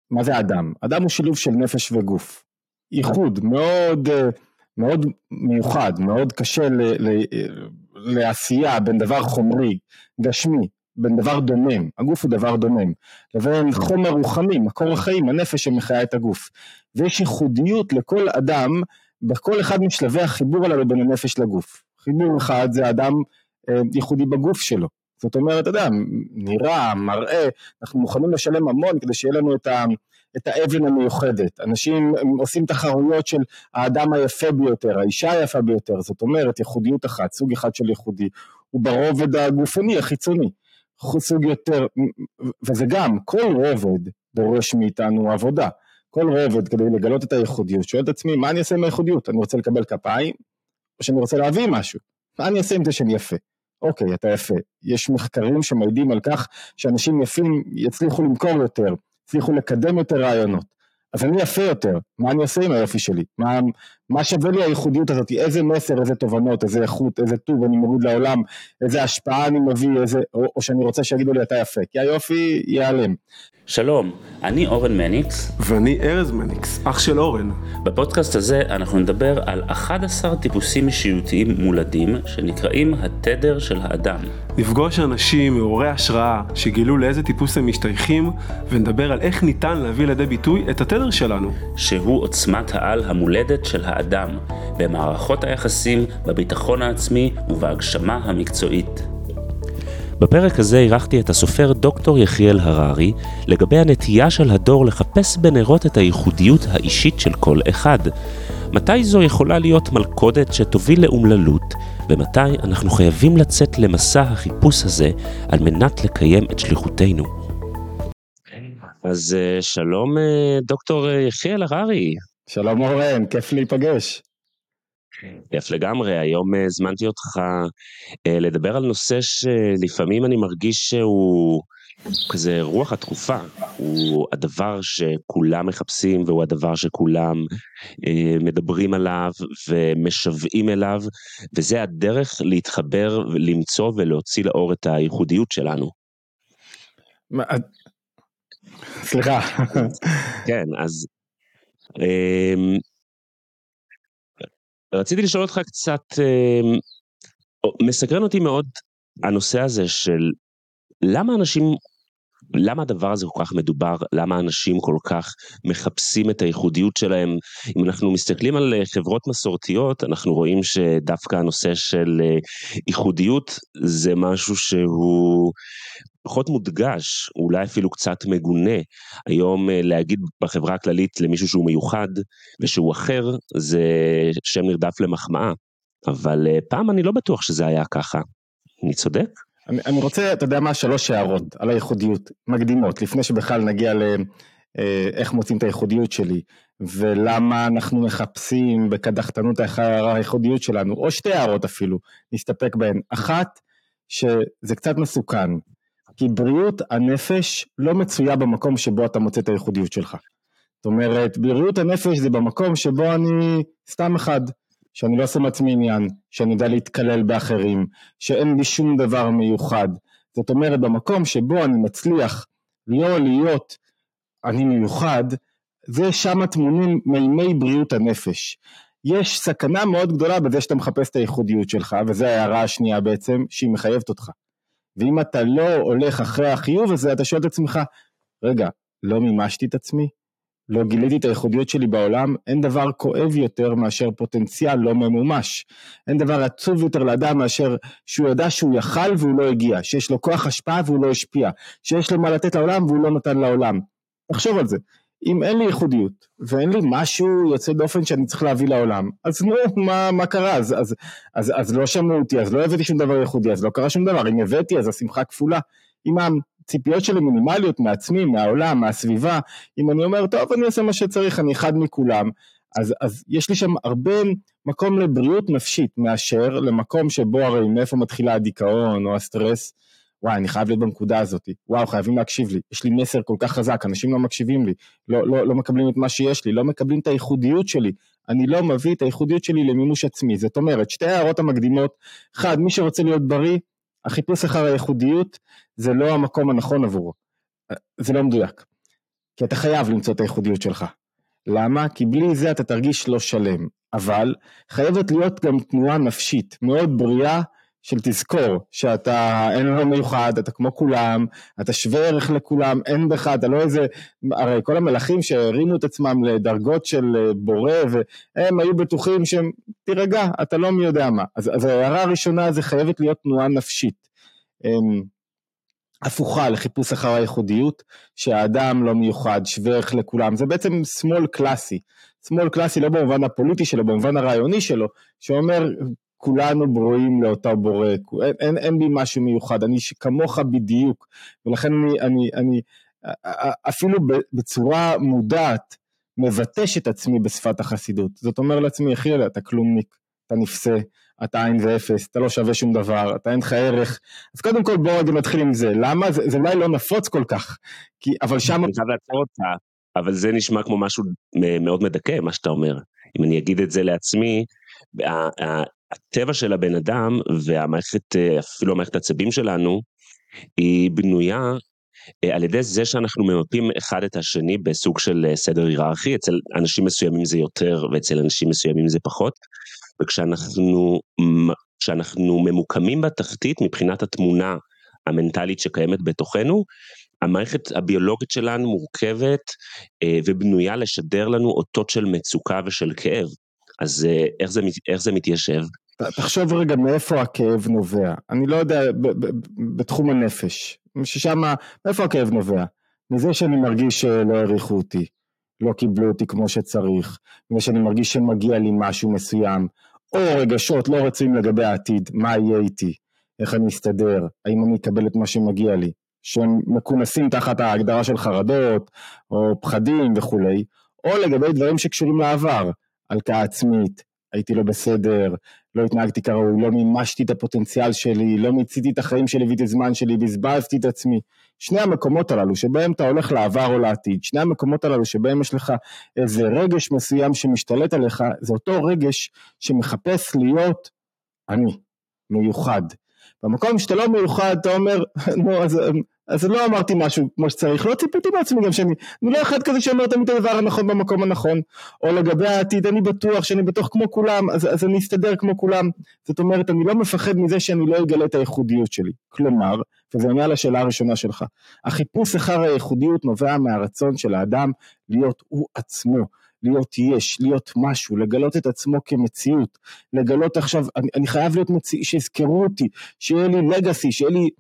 מה זה אדם? אדם הוא שילוב של נפש וגוף. ייחוד מאוד, מאוד מיוחד, מאוד קשה לעשייה בין דבר חומרי, גשמי, בין דבר דומם, הגוף הוא דבר דומם, לבין חומר רוחני, מקור החיים, הנפש שמחיה את הגוף. ויש ייחודיות לכל אדם, בכל אחד משלבי החיבור עליו בין הנפש לגוף. חיבור אחד זה אדם ייחודי בגוף שלו. זאת אומרת, אדם נראה, מראה, אנחנו מוכנים לשלם המון כדי שיהיה לנו את האבן המיוחדת. אנשים עושים תחרויות של האדם היפה ביותר, האישה היפה ביותר, זאת אומרת, ייחודיות אחת, סוג אחד של ייחודי, הוא ברובד הגופני, החיצוני, סוג יותר, וזה גם, כל רובד דורש מאיתנו עבודה, כל רובד כדי לגלות את הייחודיות, שואל את עצמי, מה אני אעשה עם הייחודיות? אני רוצה לקבל כפיים, או שאני רוצה להביא משהו? מה אני אעשה עם זה שאני יפה? אוקיי, אתה יפה. יש מחקרים שמעידים על כך שאנשים יפים יצליחו למכור יותר, יצליחו לקדם יותר רעיונות. אז אני יפה יותר, מה אני עושה עם היופי שלי? מה שווה לי הייחודיות הזאת? איזה מסר, איזה תובנות, איזה איכות, איזה טוב אני מוריד לעולם, איזה השפעה אני מביא, או שאני רוצה שיגידו לי אתה יפה, כי היופי ייעלם. שלום, אני אורן מניקס. ואני ארז מניקס, אח של אורן. בפודקאסט הזה אנחנו נדבר על 11 טיפוסים אישיותיים מולדים שנקראים התדר של האדם. נפגוש אנשים מעוררי השראה שגילו לאיזה טיפוס הם משתייכים, ונדבר על איך ניתן להביא לידי ביטוי את התדר שלנו. שהוא עוצמת העל המולדת של האדם, במערכות היחסים, בביטחון העצמי ובהגשמה המקצועית. בפרק הזה ערכתי את הסופר דוקטור יחיאל הררי לגבי הנטייה של הדור לחפש בנרות את הייחודיות האישית של כל אחד. מתי זו יכולה להיות מלכודת שתוביל לאומללות, ומתי אנחנו חייבים לצאת למסע החיפוש הזה על מנת לקיים את שליחותנו. אז שלום דוקטור יחיאל הררי. שלום אורן, כיף להיפגש. כיף לגמרי, היום הזמנתי אותך לדבר על נושא שלפעמים אני מרגיש שהוא כזה רוח התקופה, הוא הדבר שכולם מחפשים והוא הדבר שכולם מדברים עליו ומשוועים אליו, וזה הדרך להתחבר, למצוא ולהוציא לאור את הייחודיות שלנו. סליחה. כן, אז רציתי לשאול אותך קצת, מסקרן אותי מאוד הנושא הזה של למה הדבר הזה כל כך מדובר, למה אנשים כל כך מחפשים את הייחודיות שלהם. אם אנחנו מסתכלים על חברות מסורתיות, אנחנו רואים שדווקא הנושא של ייחודיות זה משהו שהוא פחות מודגש, אולי אפילו קצת מגונה. היום להגיד בחברה הכללית למישהו שהוא מיוחד ושהוא אחר, זה שם נרדף למחמאה. אבל פעם אני לא בטוח שזה היה ככה. אני צודק? אני רוצה, אתה יודע מה, 3 הערות על הייחודיות, מקדימות, לפני שבכלל נגיע לאיך מוצאים את הייחודיות שלי, ולמה אנחנו מחפשים בקדחתנות הייחודיות שלנו, או 2 הערות אפילו, נסתפק בהן. אחת, שזה קצת מסוכן, כי בריאות הנפש לא מצויה במקום שבו אתה מוצא את הייחודיות שלך. זאת אומרת, בריאות הנפש זה במקום שבו אני סתם אחד, שאני לא עושה מעצמי עניין, שאני יודע להתקלל באחרים, שאין לי שום דבר מיוחד. זאת אומרת, במקום שבו אני מצליח לא להיות אני מיוחד, זה שם טמונים מימי בריאות הנפש. יש סכנה מאוד גדולה בזה שאתה מחפש את הייחודיות שלך, וזו ההערה השנייה בעצם, שהיא מחייבת אותך. ואם אתה לא הולך אחרי החיוב הזה, אתה שואל את עצמך, רגע, לא מימשתי את עצמי? לא גיליתי את הייחודיות שלי בעולם? אין דבר כואב יותר מאשר פוטנציאל לא ממומש. אין דבר עצוב יותר לאדם מאשר שהוא ידע שהוא יכל והוא לא הגיע, שיש לו כוח השפעה והוא לא השפיע, שיש לו מה לתת לעולם והוא לא נתן לעולם. תחשוב על זה. אם אין לי ייחודיות, ואין לי משהו יוצא דופן שאני צריך להביא לעולם, אז נו, מה קרה? אז לא שמעו אותי, אז לא הבאתי שום דבר ייחודי, אז לא קרה שום דבר. אם הבאתי, אז השמחה כפולה. אם הציפיות שלי מינימליות מעצמי, מהעולם, מהסביבה, אם אני אומר, טוב, אני אעשה מה שצריך, אני אחד מכולם, אז יש לי שם הרבה מקום לבריאות נפשית, מאשר למקום שבו הרי מאיפה מתחילה הדיכאון או הסטרס. וואי, אני חייב להיות בנקודה הזאת, וואו, חייבים להקשיב לי, יש לי מסר כל כך חזק, אנשים לא מקשיבים לי, לא מקבלים את מה שיש לי, לא מקבלים את הייחודיות שלי, אני לא מביא את הייחודיות שלי למימוש עצמי. זאת אומרת, 2 הערות המקדימות. 1, מי שרוצה להיות בריא, החיפוש אחר הייחודיות, זה לא המקום הנכון עבורו, זה לא מדויק, כי אתה חייב למצוא את הייחודיות שלך. למה? כי בלי זה אתה תרגיש לא שלם, אבל חייבת להיות גם תנועה נפשית מאוד בריאה, של תזכור שאתה אין לו מיוחד, אתה כמו כולם, אתה שווה ערך לכולם, אין בך, אתה לא איזה, הרי כל המלאכים שהרימו את עצמם לדרגות של בורא, והם היו בטוחים שהם, תירגע, אתה לא מי יודע מה. אז ההערה הראשונה זה חייבת להיות תנועה נפשית, הפוכה לחיפוש אחר הייחודיות, שהאדם לא מיוחד, שווה ערך לכולם, זה בעצם שמאל קלאסי, שמאל קלאסי לא במובן הפוליטי שלו, במובן הרעיוני שלו, שאומר, כולנו ברואים לאותה בורא, אין בי משהו מיוחד, אני כמוך בדיוק, ולכן אני אפילו בצורה מודעת, מבטש את עצמי בשפת החסידות, זאת אומרת לעצמי, יחיאל, אתה כלומניק, אתה נפסה, אתה עין ואפס, אתה לא שווה שום דבר, אתה אין לך ערך, אז קודם כל בואו רגע נתחיל עם זה, למה? זה אולי לא נפוץ כל כך, אבל שם... אני חייב לעצור אותה, אבל זה נשמע כמו משהו מאוד מדכא, מה שאתה אומר, אם אני אגיד את זה לעצמי, הטבע של הבן אדם והמערכת, אפילו המערכת העצבים שלנו, היא בנויה על ידי זה שאנחנו ממפים אחד את השני בסוג של סדר היררכי, אצל אנשים מסוימים זה יותר ואצל אנשים מסוימים זה פחות, וכשאנחנו ממוקמים בתחתית מבחינת התמונה המנטלית שקיימת בתוכנו, המערכת הביולוגית שלנו מורכבת ובנויה לשדר לנו אותות של מצוקה ושל כאב, אז איך זה מתיישב? תחשוב רגע מאיפה הכאב נובע, אני לא יודע, בתחום הנפש, ששם, מאיפה הכאב נובע? מזה שאני מרגיש שלא העריכו אותי, לא קיבלו אותי כמו שצריך, מזה שאני מרגיש שמגיע לי משהו מסוים, או רגשות לא רצויים לגבי העתיד, מה יהיה איתי, איך אני אסתדר, האם אני אקבל את מה שמגיע לי, שהם מכונסים תחת ההגדרה של חרדות, או פחדים וכולי, או לגבי דברים שקשורים לעבר, הלקאה עצמית, הייתי לא בסדר, לא התנהגתי כראוי, לא מימשתי את הפוטנציאל שלי, לא מיציתי את החיים שלי ואת הזמן שלי, בזבזתי את עצמי. שני המקומות הללו שבהם אתה הולך לעבר או לעתיד, שני המקומות הללו שבהם יש לך איזה רגש מסוים שמשתלט עליך, זה אותו רגש שמחפש להיות אני, מיוחד. במקום שאתה לא מיוחד, אתה אומר, נו, אז לא אמרתי משהו כמו שצריך, לא ציפיתי בעצמי גם שאני לא אחד כזה שאומר תמיד את הדבר הנכון במקום הנכון, או לגבי העתיד, אני בטוח שאני בטוח כמו כולם, אז אני אסתדר כמו כולם, זאת אומרת, אני לא מפחד מזה שאני לא אגלה את הייחודיות שלי, כלומר, וזה עונה לשאלה הראשונה שלך, החיפוש אחר הייחודיות נובע מהרצון של האדם להיות הוא עצמו, להיות להיות משהו, לגלות את עצמו כמציאות, לגלות עכשיו, אני חייב להיות מציאות, שיזכרו אותי, שיהיה לי לגאסי, שיהיה לי,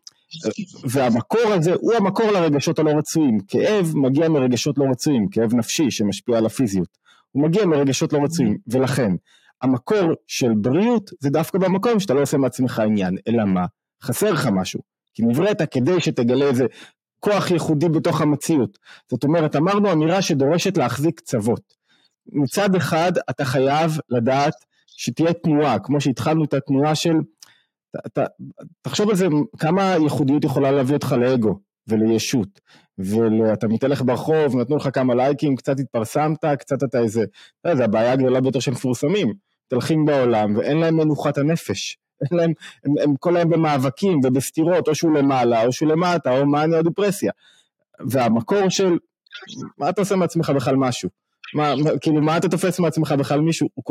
והמקור הזה הוא המקור לרגשות הלא רצויים, כאב מגיע מרגשות לא רצויים, כאב נפשי שמשפיע על הפיזיות, הוא מגיע מרגשות לא רצויים, ולכן המקור של בריאות זה דווקא במקום שאתה לא עושה מעצמך עניין, אלא מה? חסר לך משהו, כי נבראת כדי שתגלה איזה כוח ייחודי בתוך המציאות, זאת אומרת אמרנו אמירה שדורשת להחזיק קצוות, מצד אחד אתה חייב לדעת שתהיה תנועה, כמו שהתחלנו את התנועה של, תחשוב על זה, כמה ייחודיות יכולה להביא אותך לאגו ולישות, ואתה מתהלך ברחוב, נתנו לך כמה לייקים, קצת התפרסמת, קצת אתה איזה, זה הבעיה הגדולה ביותר של מפורסמים, תלכים בעולם ואין להם מנוחת הנפש, אין להם, הם כל להם במאבקים ובסתירות, או שהוא למעלה או שהוא למטה, או מאניה או דיפרסיה, והמקור של, מה אתה עושה מעצמך בכלל משהו? כאילו מה אתה תופס מעצמך בכלל מישהו, הוא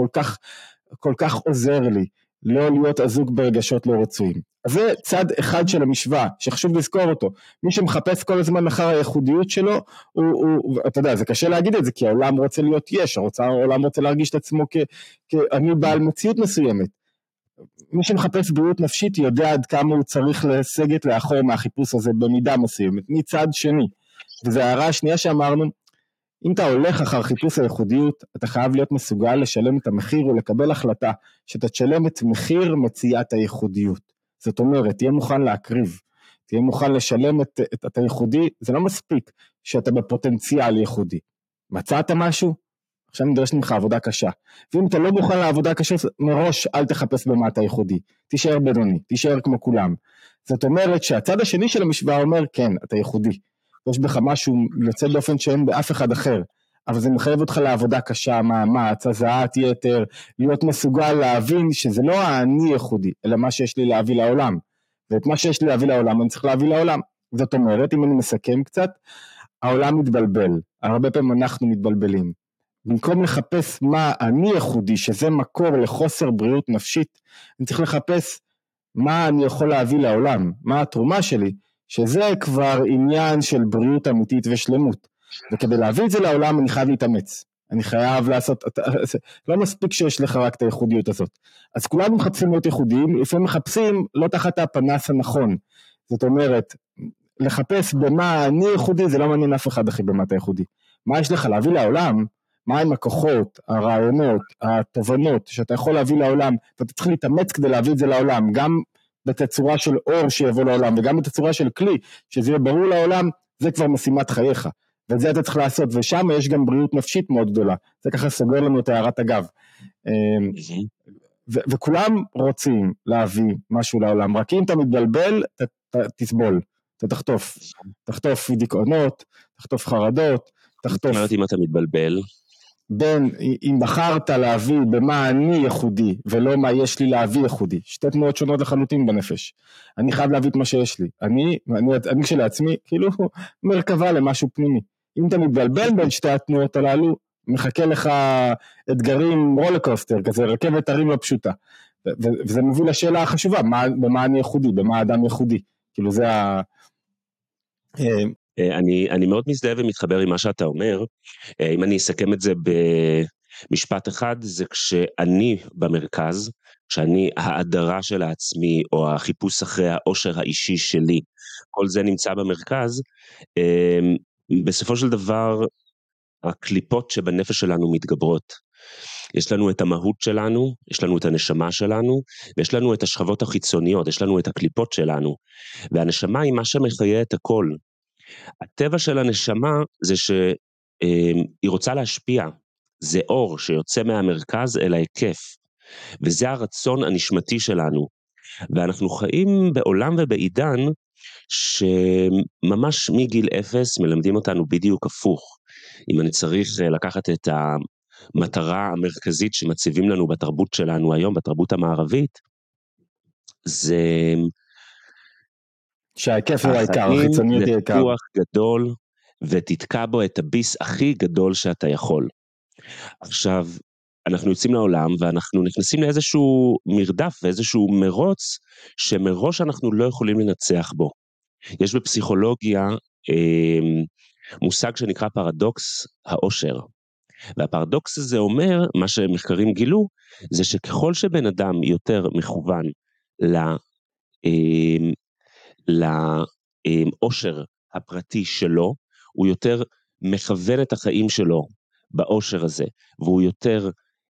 כל כך עוזר לי, לא להיות עזוק ברגשות לא רצויים. אז זה צד אחד של המשוואה, שחשוב לזכור אותו, מי שמחפש כל הזמן אחר הייחודיות שלו, אתה יודע, זה קשה להגיד את זה, כי העולם רוצה להיות יש, העולם רוצה להרגיש את עצמו כאני בעל מציאות מסוימת. מי שמחפש בריאות נפשית יודע עד כמה הוא צריך לסגת לאחור מהחיפוש הזה במידה מסוימת, מצד שני, וזו הערה השנייה שאמרנו, אם אתה הולך אחר חיפוש הייחודיות, אתה חייב להיות מסוגל לשלם את המחיר ולקבל החלטה שאתה תשלם את מחיר מציאת הייחודיות. זאת אומרת, תהיה מוכן להקריב, תהיה מוכן לשלם את הייחודי, זה לא מספיק שאתה בפוטנציאל ייחודי. מצאת משהו? עכשיו נדרש ממך עבודה קשה. ואם אתה לא מוכן לעבודה קשה, מראש אל תחפש במה אתה ייחודי. תישאר בינוני, תישאר כמו כולם. זאת אומרת שהצד השני של המשוואה אומר, כן, אתה ייחודי. יש בך משהו יוצא באופן שאין באף אחד אחר, אבל זה מחייב אותך לעבודה קשה, מאמץ, הזעת יתר, להיות מסוגל להבין שזה לא אני ייחודי, אלא מה שיש לי להביא לעולם, ואת מה שיש לי להביא לעולם, אני צריך להביא לעולם. זאת אומרת, אם אני מסכם קצת, העולם מתבלבל, הרבה פעמים אנחנו מתבלבלים. במקום לחפש מה אני ייחודי, שזה מקור לחוסר בריאות נפשית, אני צריך לחפש מה אני יכול להביא לעולם, מה התרומה שלי, שזה כבר עניין של בריאות אמיתית ושלמות. וכדי להביא את זה לעולם אני חייב להתאמץ. אני חייב לעשות, לא מספיק שיש לך רק את הייחודיות הזאת. אז כולנו מחפשים להיות ייחודיים, לפעמים מחפשים לא תחת הפנס הנכון. זאת אומרת, לחפש במה אני ייחודי, זה לא מעניין אף אחד אחי במה אתה ייחודי. מה יש לך להביא לעולם? מה עם הכוחות, הרעיונות, התובנות שאתה יכול להביא לעולם, ואתה צריך להתאמץ כדי להביא את זה לעולם, גם בתצורה של אור שיבוא לעולם, וגם בתצורה של כלי, שזה יהיה ברור לעולם, זה כבר משימת חייך. ואת זה אתה צריך לעשות, ושם יש גם בריאות נפשית מאוד גדולה, זה ככה סוגר לנו את הערת אגב, וכולם רוצים להביא משהו לעולם, רק אם אתה מתבלבל, תסבול, אתה תחטוף דיכאונות, תחטוף חרדות, זאת אומרת אם אתה מתבלבל, בין אם בחרת להביא במה אני ייחודי, ולא מה יש לי להביא ייחודי, שתי תנועות שונות לחלוטין בנפש, אני חייב להביא את מה שיש לי, אני כשלעצמי, כאילו מרכבה למשהו פנימי, אם אתה מתבלבל בין שתי התנועות הללו, מחכה לך אתגרים רולקוסטר, כזה רכבת הרים לא פשוטה, וזה מביא לשאלה החשובה, במה אני ייחודי, במה האדם ייחודי, כאילו זה אני מאוד מזדהה ומתחבר עם מה שאתה אומר, אם אני אסכם את זה במשפט אחד, זה כשאני במרכז, כשאני ההדרה של העצמי, או החיפוש אחרי האושר האישי שלי, כל זה נמצא במרכז, בסופו של דבר, הקליפות שבנפש שלנו מתגברות. יש לנו את המהות שלנו, יש לנו את הנשמה שלנו, ויש לנו את השכבות החיצוניות, יש לנו את הקליפות שלנו, והנשמה היא מה שמחיה את הכל. הטבע של הנשמה זה שהיא רוצה להשפיע, זה אור שיוצא מהמרכז אל ההיקף, וזה הרצון הנשמתי שלנו, ואנחנו חיים בעולם ובעידן, שממש מגיל 0 מלמדים אותנו בדיוק הפוך, אם אני צריך לקחת את המטרה המרכזית שמציבים לנו בתרבות שלנו היום, בתרבות המערבית, זה שההיקף הוא העיקר, החיצוניות היא העיקר. החיים לפתוח גדול, ותתקע בו את הביס הכי גדול שאתה יכול. עכשיו, אנחנו יוצאים לעולם, ואנחנו נכנסים לאיזשהו מרדף, ואיזשהו מרוץ, שמראש אנחנו לא יכולים לנצח בו. יש בפסיכולוגיה מושג שנקרא פרדוקס האושר. והפרדוקס הזה אומר, מה שמחקרים גילו, זה שככל שבן אדם יותר מכוון לאושר הפרטי שלו, הוא יותר מכוון את החיים שלו באושר הזה, והוא יותר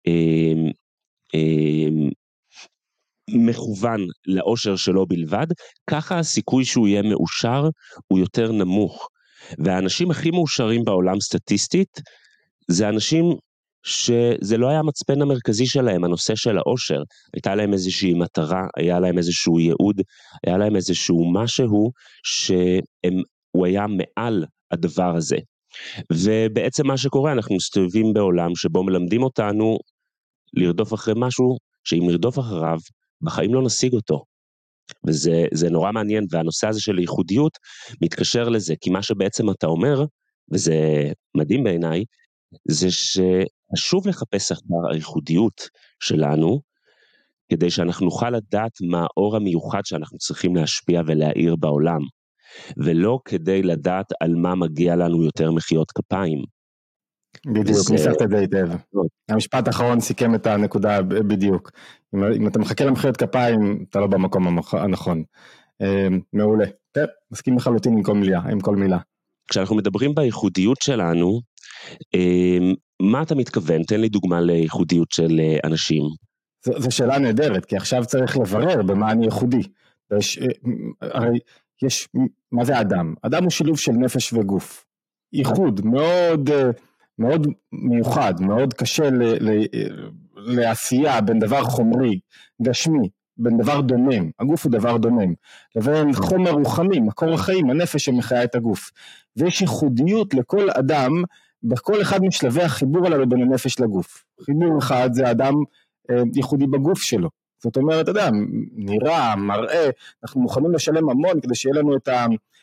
מכוון לאושר שלו בלבד, ככה הסיכוי שהוא יהיה מאושר הוא יותר נמוך. והאנשים הכי מאושרים בעולם סטטיסטית, זה אנשים שזה לא היה המצפן המרכזי שלהם, הנושא של האושר, הייתה להם איזושהי מטרה, היה להם איזשהו ייעוד, היה להם איזשהו משהו שהוא היה מעל הדבר הזה. ובעצם מה שקורה, אנחנו מסתובבים בעולם שבו מלמדים אותנו לרדוף אחרי משהו, שאם נרדוף אחריו, בחיים לא נשיג אותו. וזה נורא מעניין, והנושא הזה של ייחודיות מתקשר לזה, כי מה שבעצם אתה אומר, וזה מדהים בעיניי, זה שחשוב לחפש אחר הייחודיות שלנו, כדי שאנחנו נוכל לדעת מה האור המיוחד שאנחנו צריכים להשפיע ולהאיר בעולם, ולא כדי לדעת על מה מגיע לנו יותר מחיאות כפיים. בדיוק, ניסחת את זה היטב. המשפט האחרון סיכם את הנקודה בדיוק. אם אתה מחכה למחיאות כפיים, אתה לא במקום הנכון. מעולה. מסכים לחלוטין עם כל מילה. כשאנחנו מדברים בייחודיות שלנו, מה אתה מתכוון? תן לי דוגמה לייחודיות של אנשים. זו שאלה נהדרת, כי עכשיו צריך לברר במה אני ייחודי. הרי יש, מה זה אדם? אדם הוא שילוב של נפש וגוף. ייחוד מאוד מאוד מיוחד, מאוד קשה לעשייה בין דבר חומרי, גשמי, בין דבר דומם, הגוף הוא דבר דומם, לבין חומר רוחני, מקור החיים, הנפש שמחיה את הגוף. ויש ייחודיות לכל אדם, בכל אחד משלבי החיבור עליו בין הנפש לגוף. חיבור אחד זה אדם ייחודי בגוף שלו. זאת אומרת, אדם נראה, מראה, אנחנו מוכנים לשלם המון כדי שיהיה לנו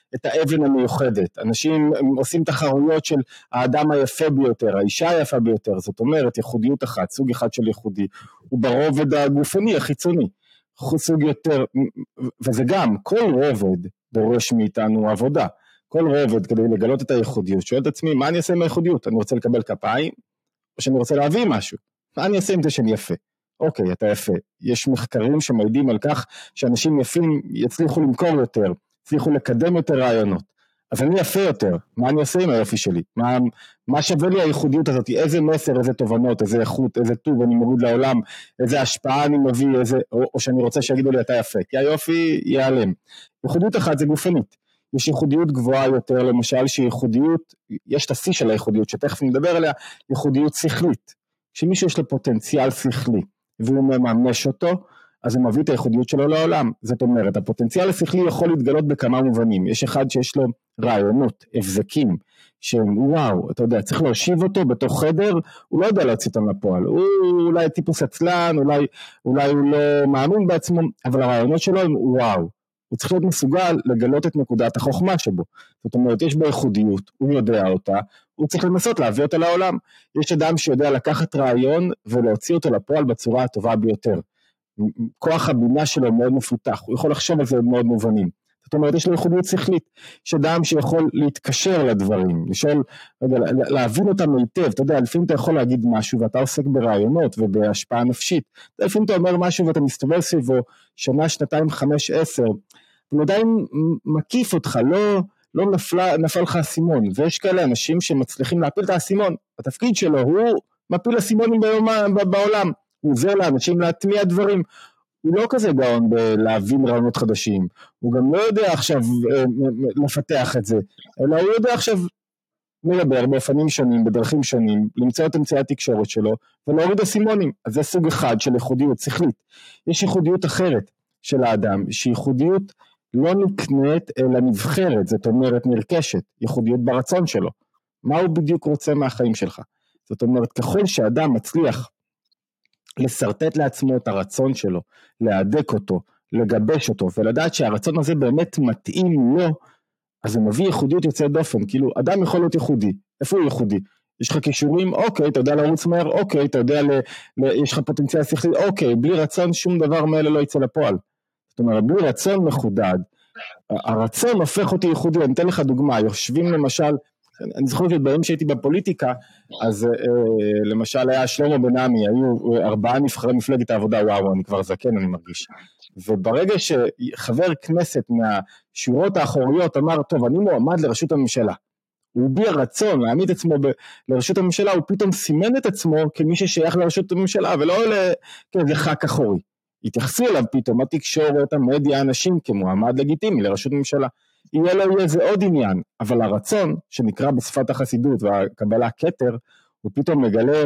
את האבן המיוחדת, אנשים עושים תחרויות של האדם היפה ביותר, האישה היפה ביותר, זאת אומרת ייחודיות אחת, סוג אחד של ייחודי, הוא ברובד הגופני, החיצוני, סוג יותר, וזה גם, כל רובד דורש מאיתנו עבודה, כל רובד כדי לגלות את הייחודיות, שואל את עצמי, מה אני אעשה עם הייחודיות? אני רוצה לקבל כפיים, או שאני רוצה להביא משהו? מה אני אעשה עם זה שאני יפה? אוקיי, אתה יפה. יש מחקרים שמעידים על כך שאנשים יפים יצליחו למכור יותר, יצליחו לקדם יותר רעיונות. אז אני יפה יותר, מה אני עושה עם היופי שלי? מה שווה לי הייחודיות הזאת? איזה מסר, איזה תובנות, איזה איכות, איזה טוב אני מוריד לעולם, איזה השפעה אני מביא, או שאני רוצה שיגידו לי אתה יפה, כי היופי ייעלם. ייחודיות אחת זה גופנית. יש ייחודיות גבוהה יותר, למשל שייחודיות, יש את השיא של הייחודיות, שתכף נדבר עליה, ייחודיות שכלית. כשמישהו יש לו פוטנציאל שכלי, והוא מממש אותו, אז הוא מביא את הייחודיות שלו לעולם. זאת אומרת, הפוטנציאל השכלי יכול להתגלות בכמה מובנים. יש אחד שיש לו רעיונות, הבזקים, שוואו, אתה יודע, צריך להושיב אותו בתוך חדר, הוא לא יודע להוציא אותם לפועל, הוא אולי טיפוס עצלן, אולי הוא לא מאמין בעצמו, אבל הרעיונות שלו הם וואו. הוא צריך להיות מסוגל לגלות את נקודת החוכמה שבו. זאת אומרת, יש בו ייחודיות, הוא יודע אותה, הוא צריך לנסות להביא אותה לעולם. יש אדם שיודע לקחת רעיון ולהוציא אותו לפועל בצורה הטובה ביותר. כוח הבינה שלו מאוד מפותח, הוא יכול לחשוב על זה מאוד מובנים. זאת אומרת, יש לו ייחודיות שכלית. יש אדם שיכול להתקשר לדברים, לשאול, להבין אותם היטב. אתה יודע, לפעמים אתה יכול להגיד משהו ואתה עוסק ברעיונות ובהשפעה נפשית. לפעמים אתה אומר משהו ואתה מסתובב סביבו שנה, שנתיים, 5, 10, הוא עדיין מקיף אותך, לא נפל לך הסימון, ויש כאלה אנשים שמצליחים להפיל את הסימון, התפקיד שלו הוא מפיל הסימונים בעולם, הוא עוזר לאנשים להטמיע דברים, הוא לא כזה גאון בלהבין רעיונות חדשים, הוא גם לא יודע עכשיו לפתח את זה, אלא הוא יודע עכשיו לדבר באופנים שונים, בדרכים שונים, למצוא את אמצעי התקשורת שלו, ולהוריד הסימונים, אז זה סוג אחד של ייחודיות שכלית. יש ייחודיות אחרת של האדם, שייחודיות לא נקנית אלא נבחרת, זאת אומרת נרכשת, ייחודיות ברצון שלו. מה הוא בדיוק רוצה מהחיים שלך? זאת אומרת, ככל שאדם מצליח לסרטט לעצמו את הרצון שלו, להדק אותו, לגבש אותו, ולדעת שהרצון הזה באמת מתאים לו, אז הוא מביא ייחודיות יוצאת דופן. כאילו, אדם יכול להיות ייחודי. איפה הוא ייחודי? יש לך קישורים, אוקיי, אתה יודע לרוץ מהר, אוקיי, אתה יודע, יש לך פוטנציאל שכלי, אוקיי, בלי רצון שום דבר מאלה לא יצא לפועל. זאת אומרת, בלי רצון מחודד, הרצון הופך אותי ייחודי. אני אתן לך דוגמה, יושבים למשל, אני זוכר שבהם שהייתי בפוליטיקה, אז למשל היה שלמה בן-עמי, היו 4 נבחרי מפלגת העבודה, וואו, אני כבר זקן, אני מרגיש. וברגע שחבר כנסת מהשורות האחוריות אמר, טוב, אני מועמד לראשות הממשלה, הוא הביע רצון להעמיד עצמו לראשות הממשלה, הוא פתאום סימן את עצמו כמי ששייך לראשות הממשלה, ולא כאיזה ח"כ אחורי. התייחסו אליו פתאום, התקשורת, המדיה, אנשים כמועמד לגיטימי לראשות הממשלה. יהיה לו איזה עוד עניין, אבל הרצון שנקרא בשפת החסידות והקבלה כתר, הוא פתאום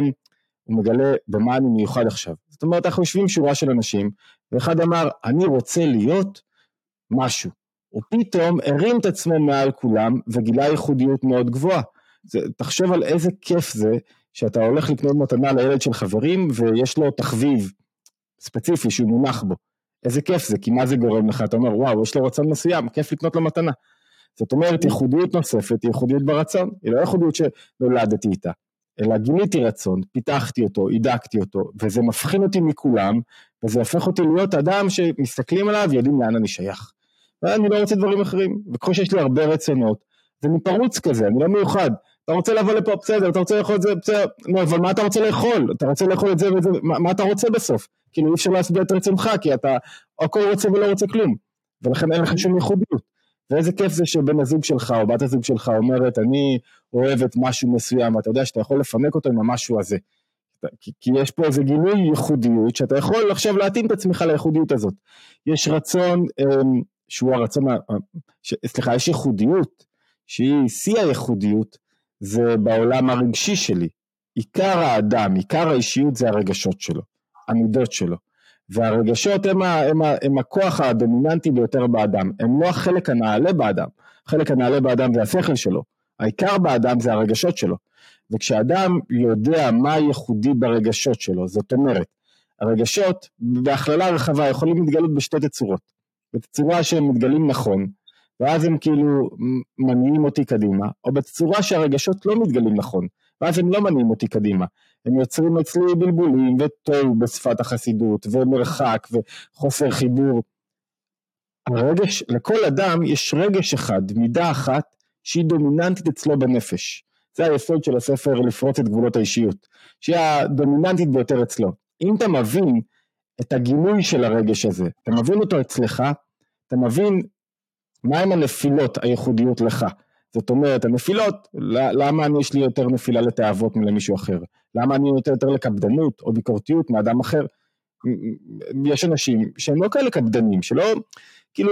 מגלה במה אני מיוחד עכשיו. זאת אומרת, אנחנו יושבים שורה של אנשים, ואחד אמר, אני רוצה להיות משהו. הוא פתאום הרים את עצמו מעל כולם, וגילה ייחודיות מאוד גבוהה. תחשוב על איזה כיף זה, שאתה הולך לקנות מתנה לילד של חברים, ויש לו תחביב ספציפי שהוא מונח בו. איזה כיף זה, כי מה זה גורם לך? אתה אומר, וואו, יש לו רצון מסוים, כיף לקנות לו מתנה. זאת אומרת, ייחודיות נוספת, היא ייחודיות ברצון, היא לא ייחודיות שנולדתי איתה, אלא גיליתי רצון, פיתחתי אותו, עידקתי אותו, וזה מבחין אותי מכולם, וזה הופך אותי להיות אדם שמסתכלים עליו, ויודעים לאן אני שייך. ואני לא רוצה דברים אחרים, וככל שיש לי הרבה רצונות, זה מפרוץ כזה, אני לא מיוחד, אתה רוצה לבוא לפה, בסדר, אתה רוצה לאכול את זה, בסדר, לא, אבל מה אתה רוצה לאכול? אתה רוצה לאכול את זה ואת זה, מה אתה רוצה בסוף? כאילו אי אפשר להסביר את רצונך, כי אתה הכל רוצה ולא רוצה כלום, ולכן אין לך שום ייחודיות. ואיזה כיף זה שבן הזוג שלך או בת הזוג שלך אומרת, אני אוהבת משהו מסוים, אתה יודע שאתה יכול לפנק אותו עם המשהו הזה, כי יש פה איזה גילוי ייחודיות, שאתה יכול עכשיו להתאים את עצמך לייחודיות הזאת. יש רצון, שהוא הרצון, סליחה, יש ייחודיות, שהיא שיא הייחודיות, זה בעולם הרגשי שלי. עיקר האדם, עיקר האישיות זה הרגשות שלו, המידות שלו. והרגשות הם הכוח הדומיננטי ביותר באדם, הם לא החלק הנעלה באדם, החלק הנעלה באדם זה השכל שלו, העיקר באדם זה הרגשות שלו, וכשאדם יודע מה ייחודי ברגשות שלו, זאת אומרת, הרגשות בהכללה רחבה יכולים להתגלות בשתי תצורות, בתצורה שהם מתגלים נכון, ואז הם כאילו מניעים אותי קדימה, או בצורה שהרגשות לא מתגלים נכון, ואז הם לא מניעים אותי קדימה, הם יוצרים אצלי בלבולים וטוב בשפת החסידות, ומרחק וחוסר חיבור. הרגש, לכל אדם יש רגש אחד, מידה אחת, שהיא דומיננטית אצלו בנפש. זה היסוד של הספר לפרוץ את גבולות האישיות, שהיא הדומיננטית ביותר אצלו. אם אתה מבין את הגילוי של הרגש הזה, אתה מבין אותו אצלך, אתה מבין מהם הנפילות הייחודיות לך. זאת אומרת, הנפילות, למה יש לי יותר נפילה לתאוות מלמישהו אחר? למה אני יותר לקפדנות או ביקורתיות מאדם אחר? יש אנשים שהם לא כאלה קפדנים, שלא, כאילו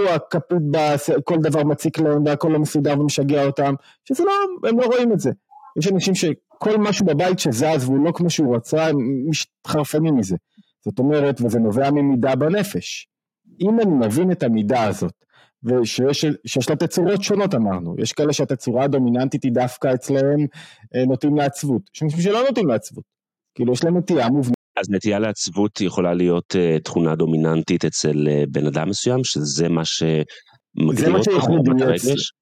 כל דבר מציק להם והכל לא מסודר ומשגע אותם, שזה לא, הם לא רואים את זה. יש אנשים שכל משהו בבית שזז והוא לא כמו שהוא רצה, הם מתחרפנים מזה. זאת אומרת, וזה נובע ממידה בנפש. אם אני מבין את המידה הזאת, ושיש לה תצורות שונות אמרנו, יש כאלה שהתצורה הדומיננטית היא דווקא אצלהם נוטים לעצבות, יש אנשים שלא נוטים לעצבות, כאילו יש להם נטייה מובנית. אז נטייה לעצבות יכולה להיות תכונה דומיננטית אצל בן אדם מסוים, שזה מה שמגדיר אותו ברגש?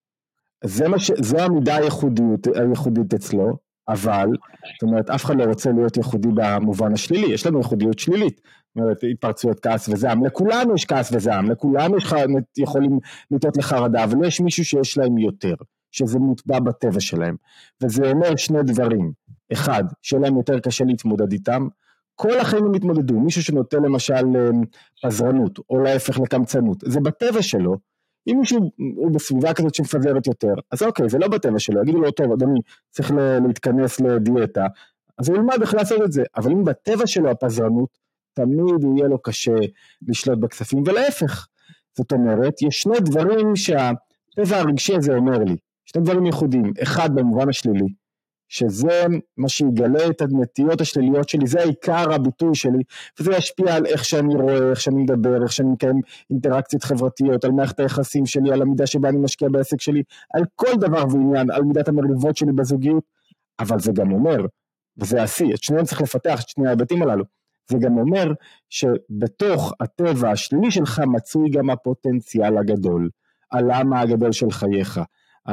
זו המידה הייחודית אצלו, אבל, זאת אומרת, אף אחד לא רוצה להיות ייחודי במובן השלילי, יש לנו ייחודיות שלילית, זאת אומרת, התפרצויות כעס וזעם, לכולנו יש כעס וזעם, לכולנו יכולים לתת לחרדה, אבל יש מישהו שיש להם יותר, שזה מוטבע בטבע שלהם, וזה אומר שני דברים, אחד, שלהם יותר קשה להתמודד איתם, כל החיים הם מתמודדו, מישהו שנוטה למשל פזרנות, או להפך לקמצנות, זה בטבע שלו, אם מישהו הוא בסביבה כזאת שמפזרת יותר, אז אוקיי, זה לא בטבע שלו, יגידו לו, טוב, אדוני, צריך להתכנס לדיאטה, אז הוא ילמד איך לעשות את זה, אבל אם בטבע שלו הפזרנות, תמיד יהיה לו קשה לשלוט בכספים, ולהפך, זאת אומרת, יש שני דברים שהטבע הרגשי הזה אומר לי, שני דברים ייחודיים, אחד במובן השלילי, שזה מה שיגלה את הנטיות השליליות שלי, זה העיקר הביטוי שלי, וזה ישפיע על איך שאני רואה, איך שאני מדבר, איך שאני מקיים אינטראקציות חברתיות, על מערכת היחסים שלי, על המידה שבה אני משקיע בעסק שלי, על כל דבר ועניין, על מידת המריבות שלי בזוגיות, אבל זה גם אומר, וזה עשי, את שניהם צריך לפתח, את שני ההיבטים הללו, זה גם אומר שבתוך הטבע השלילי שלך מצוי גם הפוטנציאל הגדול, הלמה הגדול של חייך,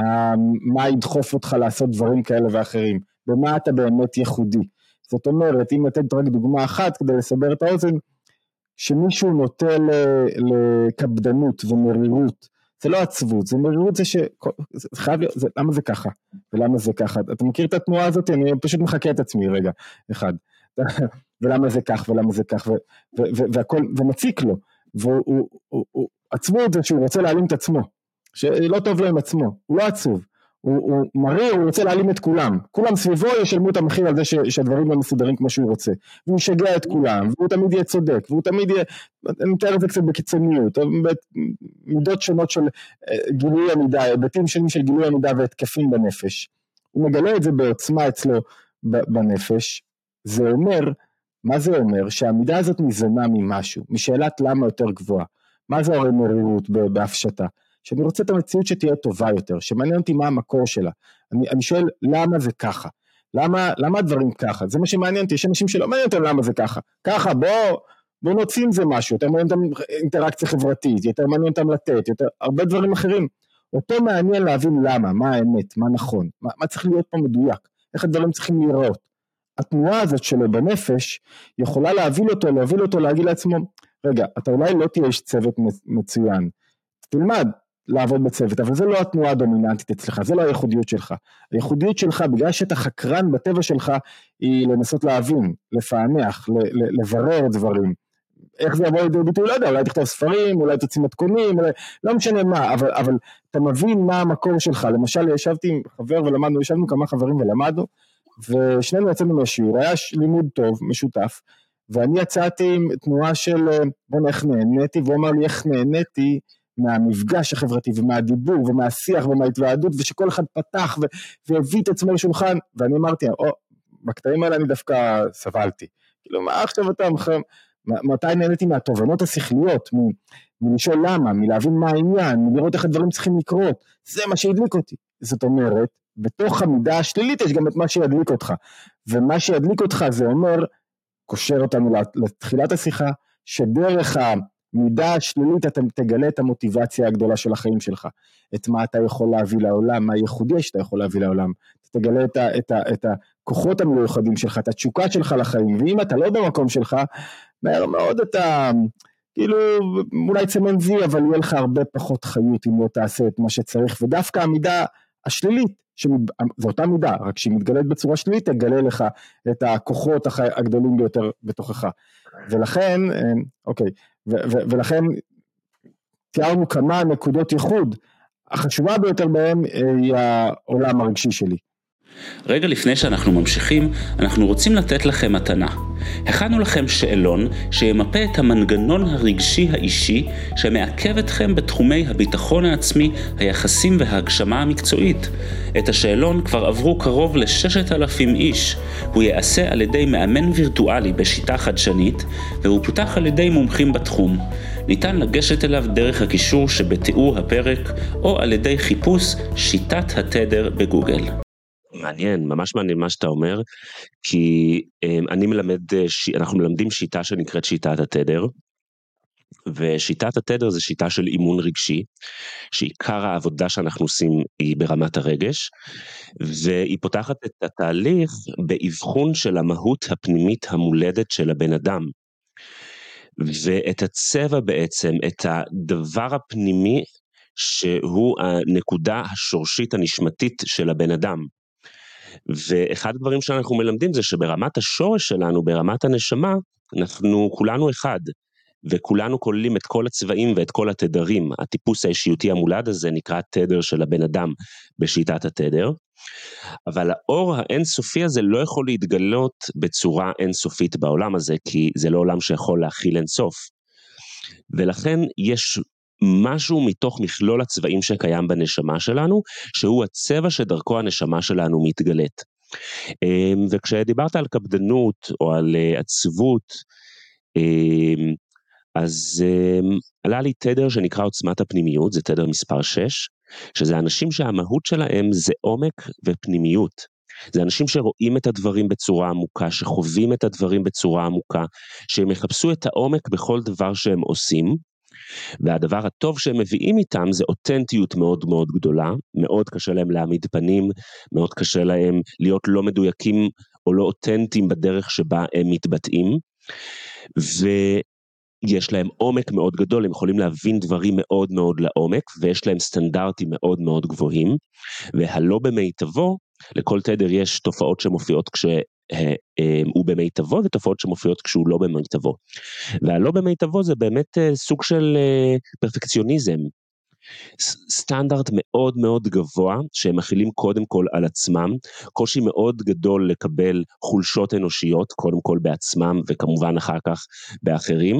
מה ידחוף אותך לעשות דברים כאלה ואחרים, במה אתה באמת ייחודי. זאת אומרת, אם לתת רק דוגמה אחת כדי לסבר את האוזן, שמישהו נוטה לקפדנות ומרירות, זה לא עצבות, זה מרירות, זה חייב להיות, למה זה ככה, ולמה זה ככה, אתה מכיר את התנועה הזאת, אני פשוט מחכה את עצמי רגע, אחד, ולמה זה כך, ולמה זה כך, והכל, ומציק לו, עצבות זה שהוא רוצה להעלים את עצמו, שלא טוב לו עם עצמו, הוא לא עצוב, הוא מראה, הוא רוצה להעלים את כולם, כולם סביבו ישלמו את המחיר על זה שהדברים לא מסודרים כמו שהוא רוצה, והוא ישגע את כולם, והוא תמיד יהיה צודק, והוא תמיד יהיה, אני מתאר את זה קצת בקיצוניות, מידות שונות של גילוי המידה, היבטים שונים של גילוי המידה והתקפים בנפש, הוא מגלה את זה בעוצמה אצלו בנפש, זה אומר, מה זה אומר? שהמידה הזאת ניזונה ממשהו, משאלת למה יותר גבוהה, מה זה הרי מרירות בהפשטה? שאני רוצה את המציאות שתהיה טובה יותר, שמעניין אותי מה המקור שלה, אני שואל למה זה ככה, למה הדברים ככה, זה מה שמעניין אותי, יש אנשים שלא מעניין אותם למה זה ככה, ככה בוא נוציא עם זה משהו, יותר מעניין אותם אינטראקציה חברתית, יותר מעניין אותם לתת, יותר, הרבה דברים אחרים, אותו מעניין להבין למה, מה האמת, מה נכון, מה צריך להיות פה מדויק, איך הדברים צריכים להיראות, התנועה הזאת שלו בנפש, יכולה להוביל אותו, להגיד לעצמו, רגע, אתה אולי לא תהיה איש צוות מצוין, תלמד לעבוד בצוות, אבל זה לא התנועה הדומיננטית אצלך, זה לא הייחודיות שלך. הייחודיות שלך, בגלל שאתה חקרן בטבע שלך, היא לנסות להבין, לפענח, לברר דברים. איך זה יבוא לידי ביטוי? לא יודע, אולי תכתוב ספרים, אולי תוציא מתכונים, לא משנה מה, אבל אתה מבין מה המקור שלך. למשל, ישבתי עם חבר ולמדנו, ישבנו כמה חברים ולמדנו, ושנינו יצאנו מהשיעור, היה לימוד טוב, משותף, ואני יצאתי עם תנועה של, בוא איך נהניתי, והוא אמר לי איך נהניתי, מהמפגש החברתי ומהדיבור ומהשיח ומההתוועדות ושכל אחד פתח והביא את עצמו לשולחן ואני אמרתי, בקטעים האלה אני דווקא סבלתי, כאילו מה עכשיו אתה, מתי נהניתי מהתובנות השכליות, מלשאול למה, מלהבין מה העניין, מלראות איך הדברים צריכים לקרות, זה מה שהדליק אותי, זאת אומרת, בתוך המידה השלילית יש גם את מה שידליק אותך, ומה שידליק אותך זה אומר, קושר אותנו לתחילת השיחה, שדרך מידה שלילית אתה תגלה את המוטיבציה הגדולה של החיים שלך, את מה אתה יכול להביא לעולם, מה ייחודי שאתה יכול להביא לעולם, אתה תגלה את הכוחות המיוחדים שלך, את התשוקה שלך לחיים, ואם אתה לא במקום שלך, מהר מאוד אתה, כאילו, אולי צמן וי, אבל יהיה לך הרבה פחות חיות אם לא תעשה את מה שצריך, ודווקא המידה השלילית, זו אותה מידה, רק שהיא מתגלית בצורה שלילית, תגלה לך את הכוחות הגדולים ביותר בתוכך, ולכן, אוקיי, ולכן תיארנו כמה נקודות ייחוד, החשובה ביותר בהם היא העולם הרגשי שלי. רגע לפני שאנחנו ממשיכים, אנחנו רוצים לתת לכם מתנה. הכנו לכם שאלון שימפה את המנגנון הרגשי האישי שמעכב אתכם בתחומי הביטחון העצמי, היחסים וההגשמה המקצועית. את השאלון כבר עברו קרוב ל6,000 איש. הוא ייעשה על ידי מאמן וירטואלי בשיטה חדשנית, והוא פותח על ידי מומחים בתחום. ניתן לגשת אליו דרך הקישור שבתיאור הפרק, או על ידי חיפוש שיטת התדר בגוגל. מעניין, ממש מעניין מה שאתה אומר, כי אנחנו מלמדים שיטה שנקראת שיטת התדר, ושיטת התדר זה שיטה של אימון רגשי, שעיקר העבודה שאנחנו עושים היא ברמת הרגש, והיא פותחת את התהליך באבחון של המהות הפנימית המולדת של הבן אדם, ואת הצבע בעצם, את הדבר הפנימי שהוא הנקודה השורשית הנשמתית של הבן אדם. ואחד הדברים שאנחנו מלמדים זה שברמת השורש שלנו, ברמת הנשמה, אנחנו כולנו אחד, וכולנו כוללים את כל הצבעים ואת כל התדרים. הטיפוס האישיותי המולד הזה נקרא תדר של הבן אדם בשיטת התדר, אבל האור האינסופי הזה לא יכול להתגלות בצורה אינסופית בעולם הזה, כי זה לא עולם שיכול להכיל אינסוף. ולכן יש משהו מתוך מכלול הצבעים שקיים בנשמה שלנו, שהוא הצבע שדרכו הנשמה שלנו מתגלית. וכשדיברת על קפדנות או על עצבות, אז עלה לי תדר שנקרא עוצמת הפנימיות, זה תדר מספר 6, שזה אנשים שהמהות שלהם זה עומק ופנימיות. זה אנשים שרואים את הדברים בצורה עמוקה, שחווים את הדברים בצורה עמוקה, שהם יחפשו את העומק בכל דבר שהם עושים, והדבר הטוב שהם מביאים איתם זה אותנטיות מאוד מאוד גדולה, מאוד קשה להם להעמיד פנים, מאוד קשה להם להיות לא מדויקים או לא אותנטיים בדרך שבה הם מתבטאים, ויש להם עומק מאוד גדול, הם יכולים להבין דברים מאוד מאוד לעומק, ויש להם סטנדרטים מאוד מאוד גבוהים, והלא במיטבו, לכל תדר יש תופעות שמופיעות הוא במיטבו, ותופעות שמופיעות כשהוא לא במיטבו. והלא במיטבו זה באמת סוג של פרפקציוניזם, סטנדרט מאוד מאוד גבוה, שהם מכילים קודם כל על עצמם, קושי מאוד גדול לקבל חולשות אנושיות, קודם כל בעצמם, וכמובן אחר כך באחרים,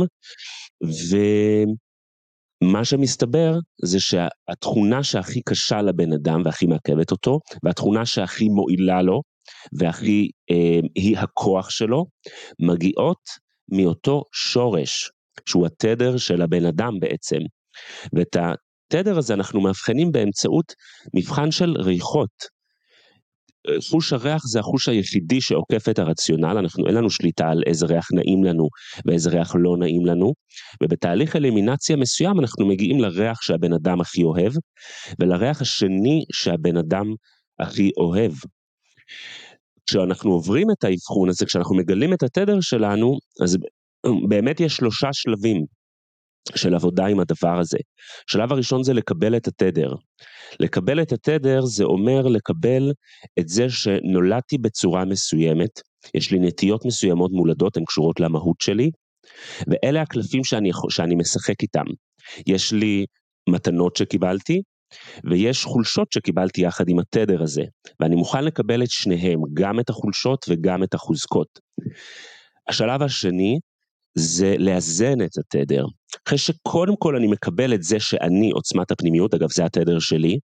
ומה שמסתבר זה שהתכונה שהכי קשה לבן אדם, והכי מעכבת אותו, והתכונה שהכי מועילה לו, והכי היא הכוח שלו, מגיעות מאותו שורש, שהוא התדר של הבן אדם בעצם, ואת התדר הזה אנחנו מבחנים באמצעות מבחן של ריחות. חוש הריח זה החוש היחידי שעוקף את הרציונל, אין לנו שליטה על איזה ריח נעים לנו, ואיזה ריח לא נעים לנו, ובתהליך אלימינציה מסוים אנחנו מגיעים לריח שהבן אדם הכי אוהב, ולריח השני שהבן אדם הכי אוהב. כשאנחנו עוברים את האבחון הזה, כשאנחנו מגלים את התדר שלנו, אז באמת יש 3 שלבים של עבודה עם הדבר הזה. שלב הראשון זה לקבל את התדר. לקבל את התדר זה אומר לקבל את זה שנולדתי בצורה מסוימת, יש לי נטיות מסוימות מולדות, הן קשורות למהות שלי, ואלה הקלפים שאני משחק איתם. יש לי מתנות שקיבלתי, ויש חולשות שקיבלתי יחד עם התדר הזה, ואני מוכן לקבל את שניהם, גם את החולשות וגם את החוזקות. השלב השני זה לאזן את התדר, אחרי שקודם כל אני מקבל את זה שאני עוצמת הפנימיות, אגב זה התדר שלי,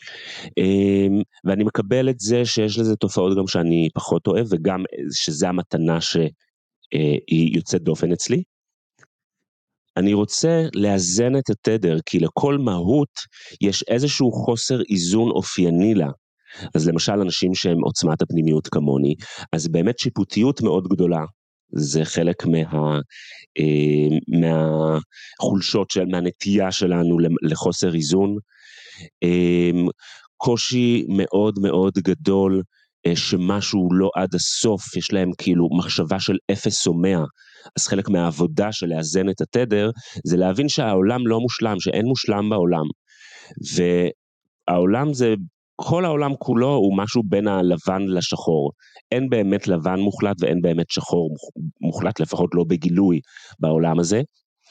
ואני מקבל את זה שיש לזה תופעות גם שאני פחות אוהב, וגם שזה המתנה שהיא יוצאת דופן אצלי, אני רוצה לאזן את התדר, כי לכל מהות יש איזשהו חוסר איזון אופייני לה. אז למשל אנשים שהם עוצמת הפנימיות כמוני, אז באמת שיפוטיות מאוד גדולה, זה חלק מהחולשות, מהנטייה שלנו לחוסר איזון, קושי מאוד מאוד גדול, שמשהו לא עד הסוף, יש להם כאילו מחשבה של 0 או 100, אז חלק מהעבודה של לאזן את התדר, זה להבין שהעולם לא מושלם, שאין מושלם בעולם, והעולם זה, כל העולם כולו הוא משהו בין הלבן לשחור, אין באמת לבן מוחלט ואין באמת שחור מוחלט, לפחות לא בגילוי בעולם הזה,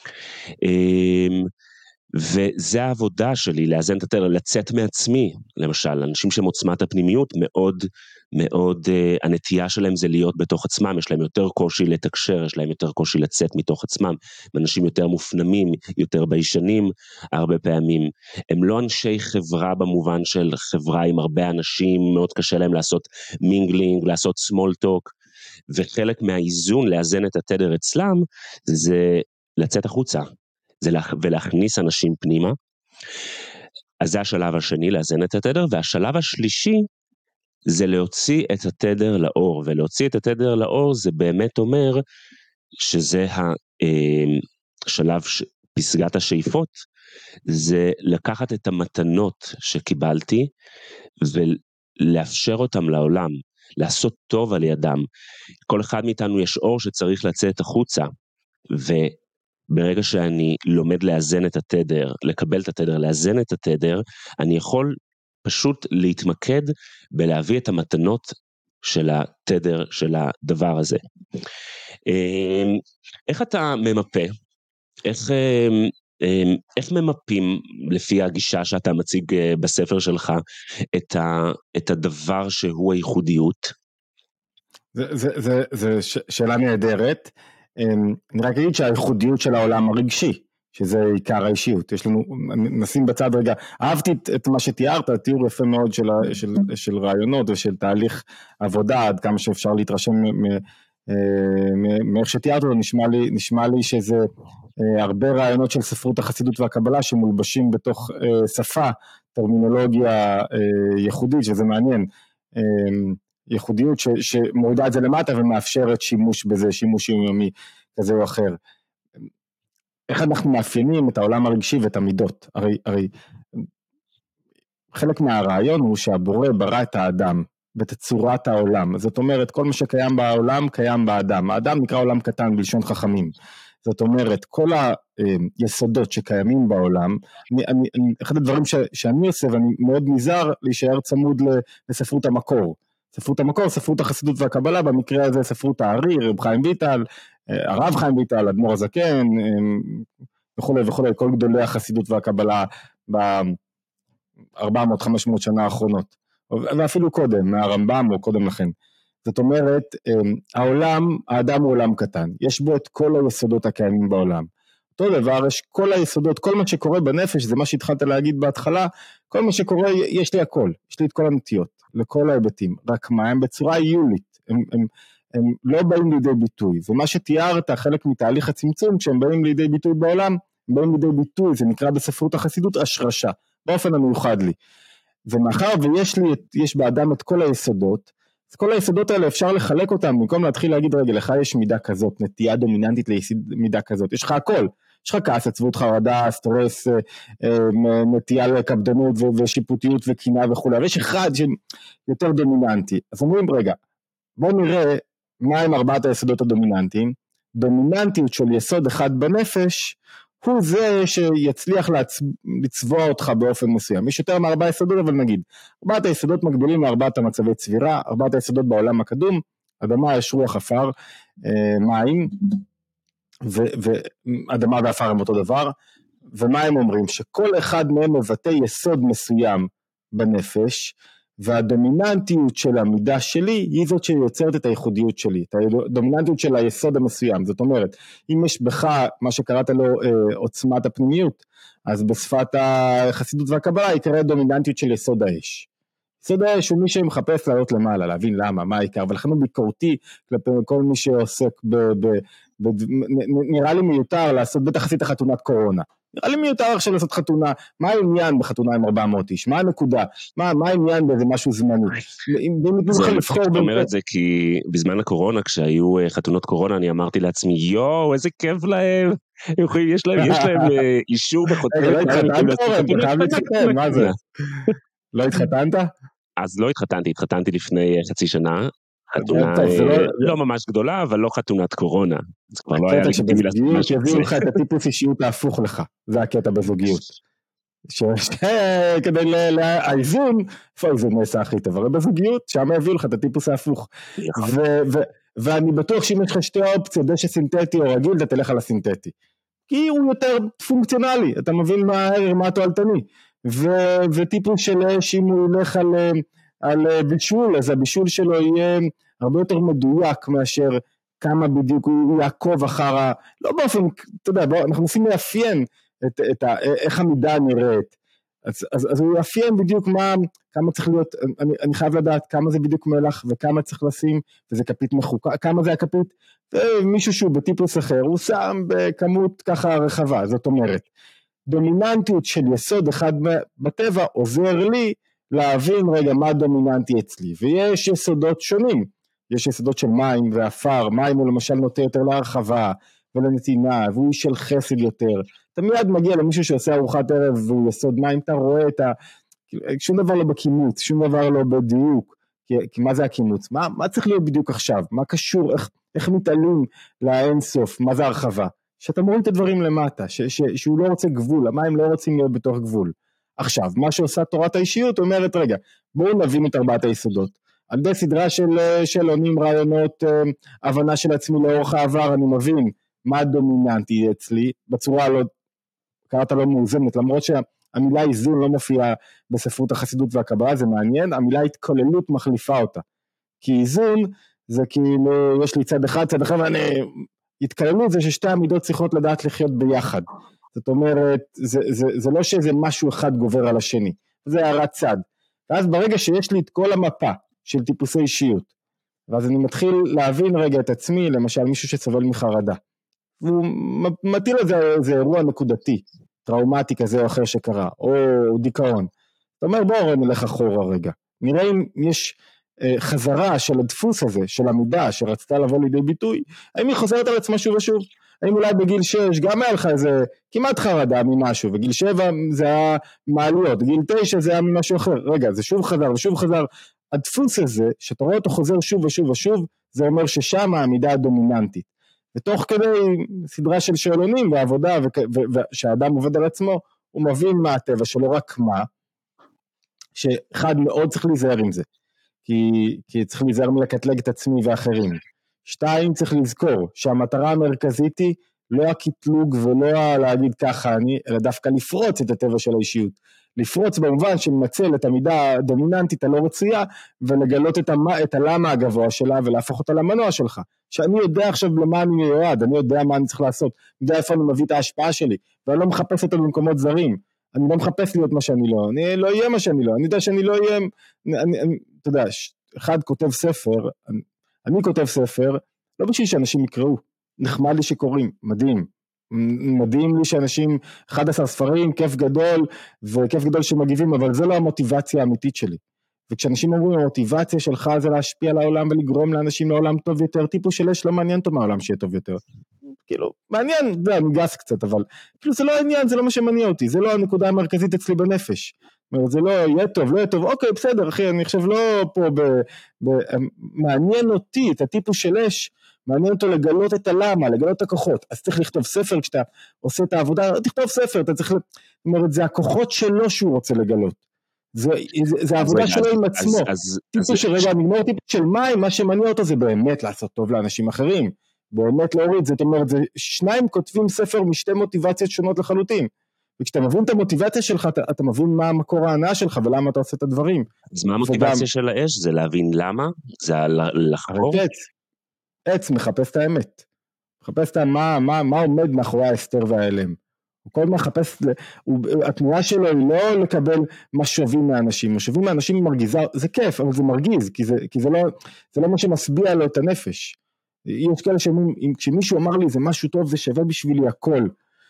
וזה העבודה שלי, לאזן את התדר, לצאת מעצמי, למשל, אנשים שמוצמת הפנימיות, מאוד מאוד, הנטייה שלהם זה להיות בתוך עצמם, יש להם יותר קושי לתקשר, יש להם יותר קושי לצאת מתוך עצמם, אנשים יותר מופנמים, יותר ביישנים, הרבה פעמים, הם לא אנשי חברה במובן של חברה עם הרבה אנשים, מאוד קשה להם לעשות מינגלינג, לעשות סמול טוק, וחלק מהאיזון לאזן את התדר אצלם, זה לצאת החוצה, ולהכניס אנשים פנימה, אז זה השלב השני, לאזן את התדר, והשלב השלישי, זה להוציא את התדר לאור, ולהוציא את התדר לאור, זה באמת אומר, שזה השלב, פסגת השאיפות, זה לקחת את המתנות שקיבלתי, ולאפשר אותם לעולם, לעשות טוב על ידם, כל אחד מאיתנו יש אור שצריך לצאת החוצה, ברגע שאני לומד לאזן את התדר, לקבל את התדר, לאזן את התדר, אני יכול פשוט להתמקד בלהביא את המתנות של התדר, של הדבר הזה. איך אתה ממפה? איך ממפים לפי הגישה שאתה מציג בספר שלך את הדבר שהוא הייחודיות? זה שאלה נהדרת. אני רק אגיד שהייחודיות של העולם הרגשי, שזה עיקר האישיות, יש לנו, נשים בצד רגע, אהבתי את מה שתיארת, תיאור יפה מאוד של רעיונות ושל תהליך עבודה, עד כמה שאפשר להתרשם מאיך שתיארת לו, נשמע לי שזה הרבה רעיונות של ספרות החסידות והקבלה, שמולבשים בתוך שפה, טרמינולוגיה ייחודית, שזה מעניין, ייחודיות שמורידה את זה למטה ומאפשרת שימוש בזה, שימוש יומיומי כזה או אחר. איך אנחנו מאפיינים את העולם הרגשי ואת המידות? הרי חלק מהרעיון הוא שהבורא ברא את האדם ואת צורת העולם. זאת אומרת, כל מה שקיים בעולם קיים באדם. האדם נקרא עולם קטן בלשון חכמים. זאת אומרת, כל היסודות שקיימים בעולם, אחד הדברים שאני עושה, ואני מאוד נזהר להישאר צמוד לספרות המקור. ספרות המקור, ספרות החסידות והקבלה, במקרה הזה ספרות הארי, רב חיים ויטל, הרב חיים ויטל, אדמו"ר הזקן, וכו' וכו', כל גדולי החסידות והקבלה ב-400-500 שנה האחרונות, ואפילו קודם, מהרמב"ם או קודם לכן. זאת אומרת, האדם הוא עולם קטן, יש בו את כל היסודות הקיימים בעולם. אותו דבר, יש כל היסודות, כל מה שקורה בנפש, זה מה שהתחלת להגיד בהתחלה, כל מה שקורה, יש לי הכל, יש לי את כל הנטיות, לכל ההיבטים, רק מה הם בצורה איולית, הם לא באים לידי ביטוי, ומה שתיארת, חלק מתהליך הצמצום, כשהם באים לידי ביטוי בעולם, הם באים לידי ביטוי, זה נקרא בספרות החסידות, השרשה, באופן המיוחד לי, ומאחר ויש באדם את כל היסודות, אז כל היסודות האלה אפשר לחלק אותם, במקום להתחיל להגיד, רגע, לך יש מידה כזאת, נטייה דומיננטית למידה כזאת, יש לך הכל, יש לך כעס, עצבות, חרדה, סטרס, נטייה לקפדנות ושיפוטיות וקינה וכו', ויש אחד שיותר דומיננטי, אז אומרים, רגע, בואו נראה מה הם 4 היסודות הדומיננטיים, דומיננטיות של יסוד אחד בנפש, הוא זה שיצליח לצבוע אותך באופן מסוים. יש יותר מ4 יסודות, אבל נגיד, 4 היסודות מקבילים ל4 המצבי צבירה, 4 היסודות בעולם הקדום, אדמה, יש רוח, עפר, מים, ואדמה ועפר הם אותו דבר, ומה הם אומרים? שכל אחד מהם מבטא יסוד מסוים בנפש, והדומיננטיות של המידה שלי היא זאת שיוצרת את הייחודיות שלי, את הדומיננטיות של היסוד המסוים. זאת אומרת, אם יש בך מה שקראת לו עוצמת הפנימיות, אז בשפת החסידות והקבלה יקרא דומיננטיות של יסוד האש. יסוד האש הוא מי שמחפש לעלות למעלה, להבין למה, מה העיקר, ולכן הוא ביקורתי כלפי כל מי שעוסק נראה לי מיותר לעשות, בטח עשית חתונת קורונה. נראה לי מיותר עכשיו לעשות חתונה, מה העניין בחתונה עם 400 איש, מה הנקודה, מה העניין באיזה משהו זמני, אתה אומר את זה כי בזמן הקורונה, כשהיו חתונות קורונה, אני אמרתי לעצמי, יואו, איזה כיף להם, יש להם אישור בחתונה. לא התחתנת? אז לא התחתנתי לפני חצי שנה, חתונה לא ממש גדולה, אבל לא חתונת קורונה. זה כבר לא היה לגיטימי לעשות משהו. יביאו לך את הטיפוס אישיות ההפוך לך, זה הקטע בזוגיות. כדי האיזון, איפה זה נעשה הכי טוב, הרי בזוגיות, שם הביאו לך את הטיפוס ההפוך. ואני בטוח שאם יש לך שתי אופציות, דשא סינתטי או רגיל, אתה תלך על הסינתטי. כי הוא יותר פונקציונלי, אתה מבין מה התועלתני. וטיפוס של שאם הוא ילך על בישול, אז הבישול שלו יהיה הרבה יותר מדויק מאשר כמה בדיוק הוא יעקוב אחר, לא באופן, אתה יודע, אנחנו מנסים לאפיין איך המידה נראית, אז הוא יאפיין בדיוק כמה צריך להיות, אני חייב לדעת כמה זה בדיוק מלח וכמה צריך לשים, וזה כפית מחוקה, כמה זה הכפית, ומישהו שהוא בטיפוס אחר, הוא שם בכמות ככה רחבה, זאת אומרת, דומיננטיות של יסוד אחד בטבע עוזר לי להבין רגע מה דומיננטי אצלי, ויש יסודות שונים, יש יסודות של מים ואפר, מים הוא למשל נוטה יותר להרחבה ולנתינה, והוא של חסד יותר, אתה מיד מגיע למישהו שעושה ארוחת ערב והוא יסוד מים, אתה רואה שום דבר לא בקימוץ, שום דבר לא בדיוק, כי מה זה הקימוץ? מה צריך להיות בדיוק עכשיו? מה קשור? איך מתעלים לאינסוף? מה זה הרחבה? שאתה מוריד את הדברים למטה, שהוא לא רוצה גבול, המים לא רוצים להיות בתוך גבול. עכשיו, מה שעושה תורת האישיות אומרת, רגע, בואו נבין את ארבעת היסודות. על ידי סדרה של עונים רעיונות, הבנה של עצמי לאורך העבר, אני מבין מה דומיננטי אצלי, בצורה לא, קראת לא מאוזנת, למרות שהמילה איזון לא מופיעה בספרות החסידות והקבלה, זה מעניין, המילה התכוללות מחליפה אותה. כי איזון זה כאילו, יש לי צד אחד, ואני... התכללות זה ששתי המידות צריכות לדעת לחיות ביחד, זאת אומרת, זה לא שזה משהו אחד גובר על השני, זה הערת צד, ואז ברגע שיש לי את כל המפה של טיפוסי אישיות, ואז אני מתחיל להבין רגע את עצמי, למשל מישהו שסובל מחרדה, והוא מטיל איזה אירוע נקודתי, טראומטי כזה או אחר שקרה, או דיכאון, זאת אומרת בואו נלך אחורה רגע, נראה אם יש חזרה של הדפוס הזה, של המידה שרצתה לבוא לידי ביטוי, האם היא חוזרת על עצמה שוב ושוב, האם אולי בגיל 6 גם היה לך איזה כמעט חרדה ממשהו, וגיל 7 זה היה מעלויות, גיל 9 זה היה ממשהו אחר, רגע זה שוב חזר ושוב חזר, הדפוס הזה שאתה רואה אותו חוזר שוב ושוב ושוב, זה אומר ששם המידה הדומיננטית, ותוך כדי סדרה של שאלונים ועבודה, שהאדם עובד על עצמו, הוא מבין מה הטבע שלו, רק מה, שאחד מאוד צריך להיזהר עם זה, כי צריך להיזהר מלקטלג את עצמי ואחרים. 2, צריך לזכור שהמטרה המרכזית היא לא הקטלוג ולא להגיד ככה, אלא דווקא לפרוץ את הטבע של האישיות. לפרוץ במובן שמנצל את המידה הדומיננטית הלא רצויה, ולגלות את הלמה הגבוה שלה, ולהפוך אותה למנוע שלך. שאני יודע עכשיו למה אני מיועד, אני יודע מה אני צריך לעשות, אני יודע איפה אני מביא את ההשפעה שלי, ואני לא מחפש אותה במקומות זרים. אני לא מחפש להיות מה שאני לא, אני לא אהיה מה שאני לא, אני יודע שאני לא אהיה, אתה יודע, אחד כותב ספר, אני כותב ספר, לא בשביל שאנשים יקראו, נחמד לי שקוראים, מדהים לי שאנשים, 11 ספרים, כיף גדול, וכיף גדול שמגיבים, אבל זה לא המוטיבציה האמיתית שלי, וכשאנשים אומרים, המוטיבציה שלך זה להשפיע על העולם, ולגרום לאנשים לעולם טוב יותר, טיפוס של אש לא מעניין אותו מהעולם שיהיה טוב יותר, כאילו, מעניין, זה ניגס קצת, אבל כאילו זה לא העניין, זה לא מה שמניע אותי, זה לא הנקודה המרכזית אצלי בנפש, זה לא יהיה טוב, לא יהיה טוב, אוקיי, בסדר, אחי, אני חושב לא פה, מעניין אותי, את הטיפוס של אש, מעניין אותו לגלות את הלמה, לגלות את הכוחות, אז צריך לכתוב ספר, כשאתה עושה את העבודה, תכתוב ספר, אתה צריך, זאת אומרת, זה הכוחות שלו שהוא רוצה לגלות, זה העבודה שלו עם עצמו, טיפוס של רגע, נגמור טיפוס של מים, מה שמניע אותו זה באמת לעשות טוב לאנשים אחרים, באמת להוריד, זאת אומרת, זה 2 כותבים ספר משתי מוטיבציות שונות לחלוטין, וכשאתה מבין את המוטיבציה שלך, אתה מבין מה מקור ההנאה שלך, ולמה אתה עושה את הדברים. אז מה המוטיבציה של האש? זה להבין למה? זה לחקור? עץ מחפש את האמת, מחפש את מה עומד מאחורי ההסתר והאלם, הוא כל מה מחפש, התנועה שלו היא לא לקבל משאבים מאנשים, משאבים מאנשים מרגיזה, זה כיף, אבל זה מרגיז, כי זה לא מה שמשביע לו את הנפש, יש כאלה שאומרים, כשמישהו אמר לי זה משהו טוב, זה שווה בשבילי הכל,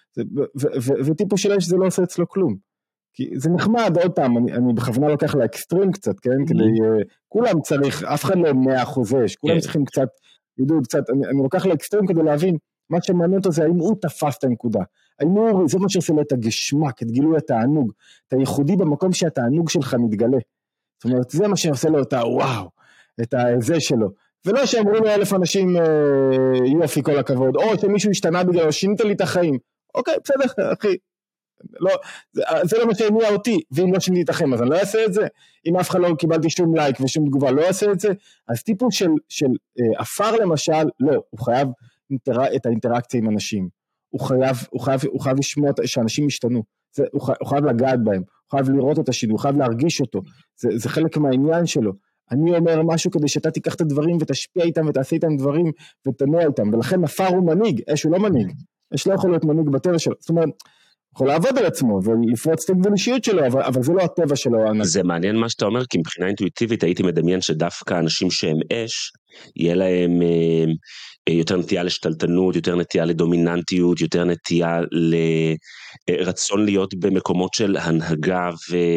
וטיפוס של האש זה לא עושה אצלו כלום. כי זה נחמד, עוד פעם, אני בכוונה לוקח לאקסטרים קצת, כן? כדי, כולם צריך, אף אחד לא 100% אש, כולם צריכים קצת, ידעו קצת, אני לוקח לאקסטרים כדי להבין, מה שמעניין אותו זה האם הוא תפס את הנקודה, זה מה שעושה לו את הגשמק, את גילוי התענוג, את הייחודי במקום שהתענוג שלך מתגלה, זאת אומרת, זה מה שעושה לו את הוואו, את הזה שלו, ולא שאמרו לי 1,000 אנשים, יופי כל הכבוד, או שמישהו השתנה בגלל, או שינית לי את החיים, אוקיי, בסדר, אחי, לא, זה לא מה שהניע אותי, ואם לא שיניתי את החיים, אז אני לא אעשה את זה, אם אף אחד לא קיבלתי שום לייק ושום תגובה, לא אעשה את זה, אז טיפוס של אפר למשל, לא, הוא חייב את האינטראקציה עם אנשים, הוא חייב לשמוע שאנשים ישתנו, הוא חייב לגעת בהם, הוא חייב לראות את השינוי, הוא חייב להרגיש אותו, זה חלק מהעניין שלו, אני אומר משהו כדי שאתה תיקח את הדברים ותשפיע איתם ותעשה איתם דברים ותנוע איתם, ולכן אפר הוא מנהיג, אש הוא לא מנהיג, אש לא יכול להיות מנהיג בטבע שלו, זאת אומרת, יכול לעבוד על עצמו ולפרוץ את הגבולשיות שלו, אבל זה לא הטבע שלו. זה מעניין מה שאתה אומר, כי מבחינה אינטואיטיבית הייתי מדמיין שדווקא אנשים שהם אש, יהיה להם יותר נטייה לשתלטנות, יותר נטייה לדומיננטיות, יותר נטייה לרצון להיות במקומות של הנהגה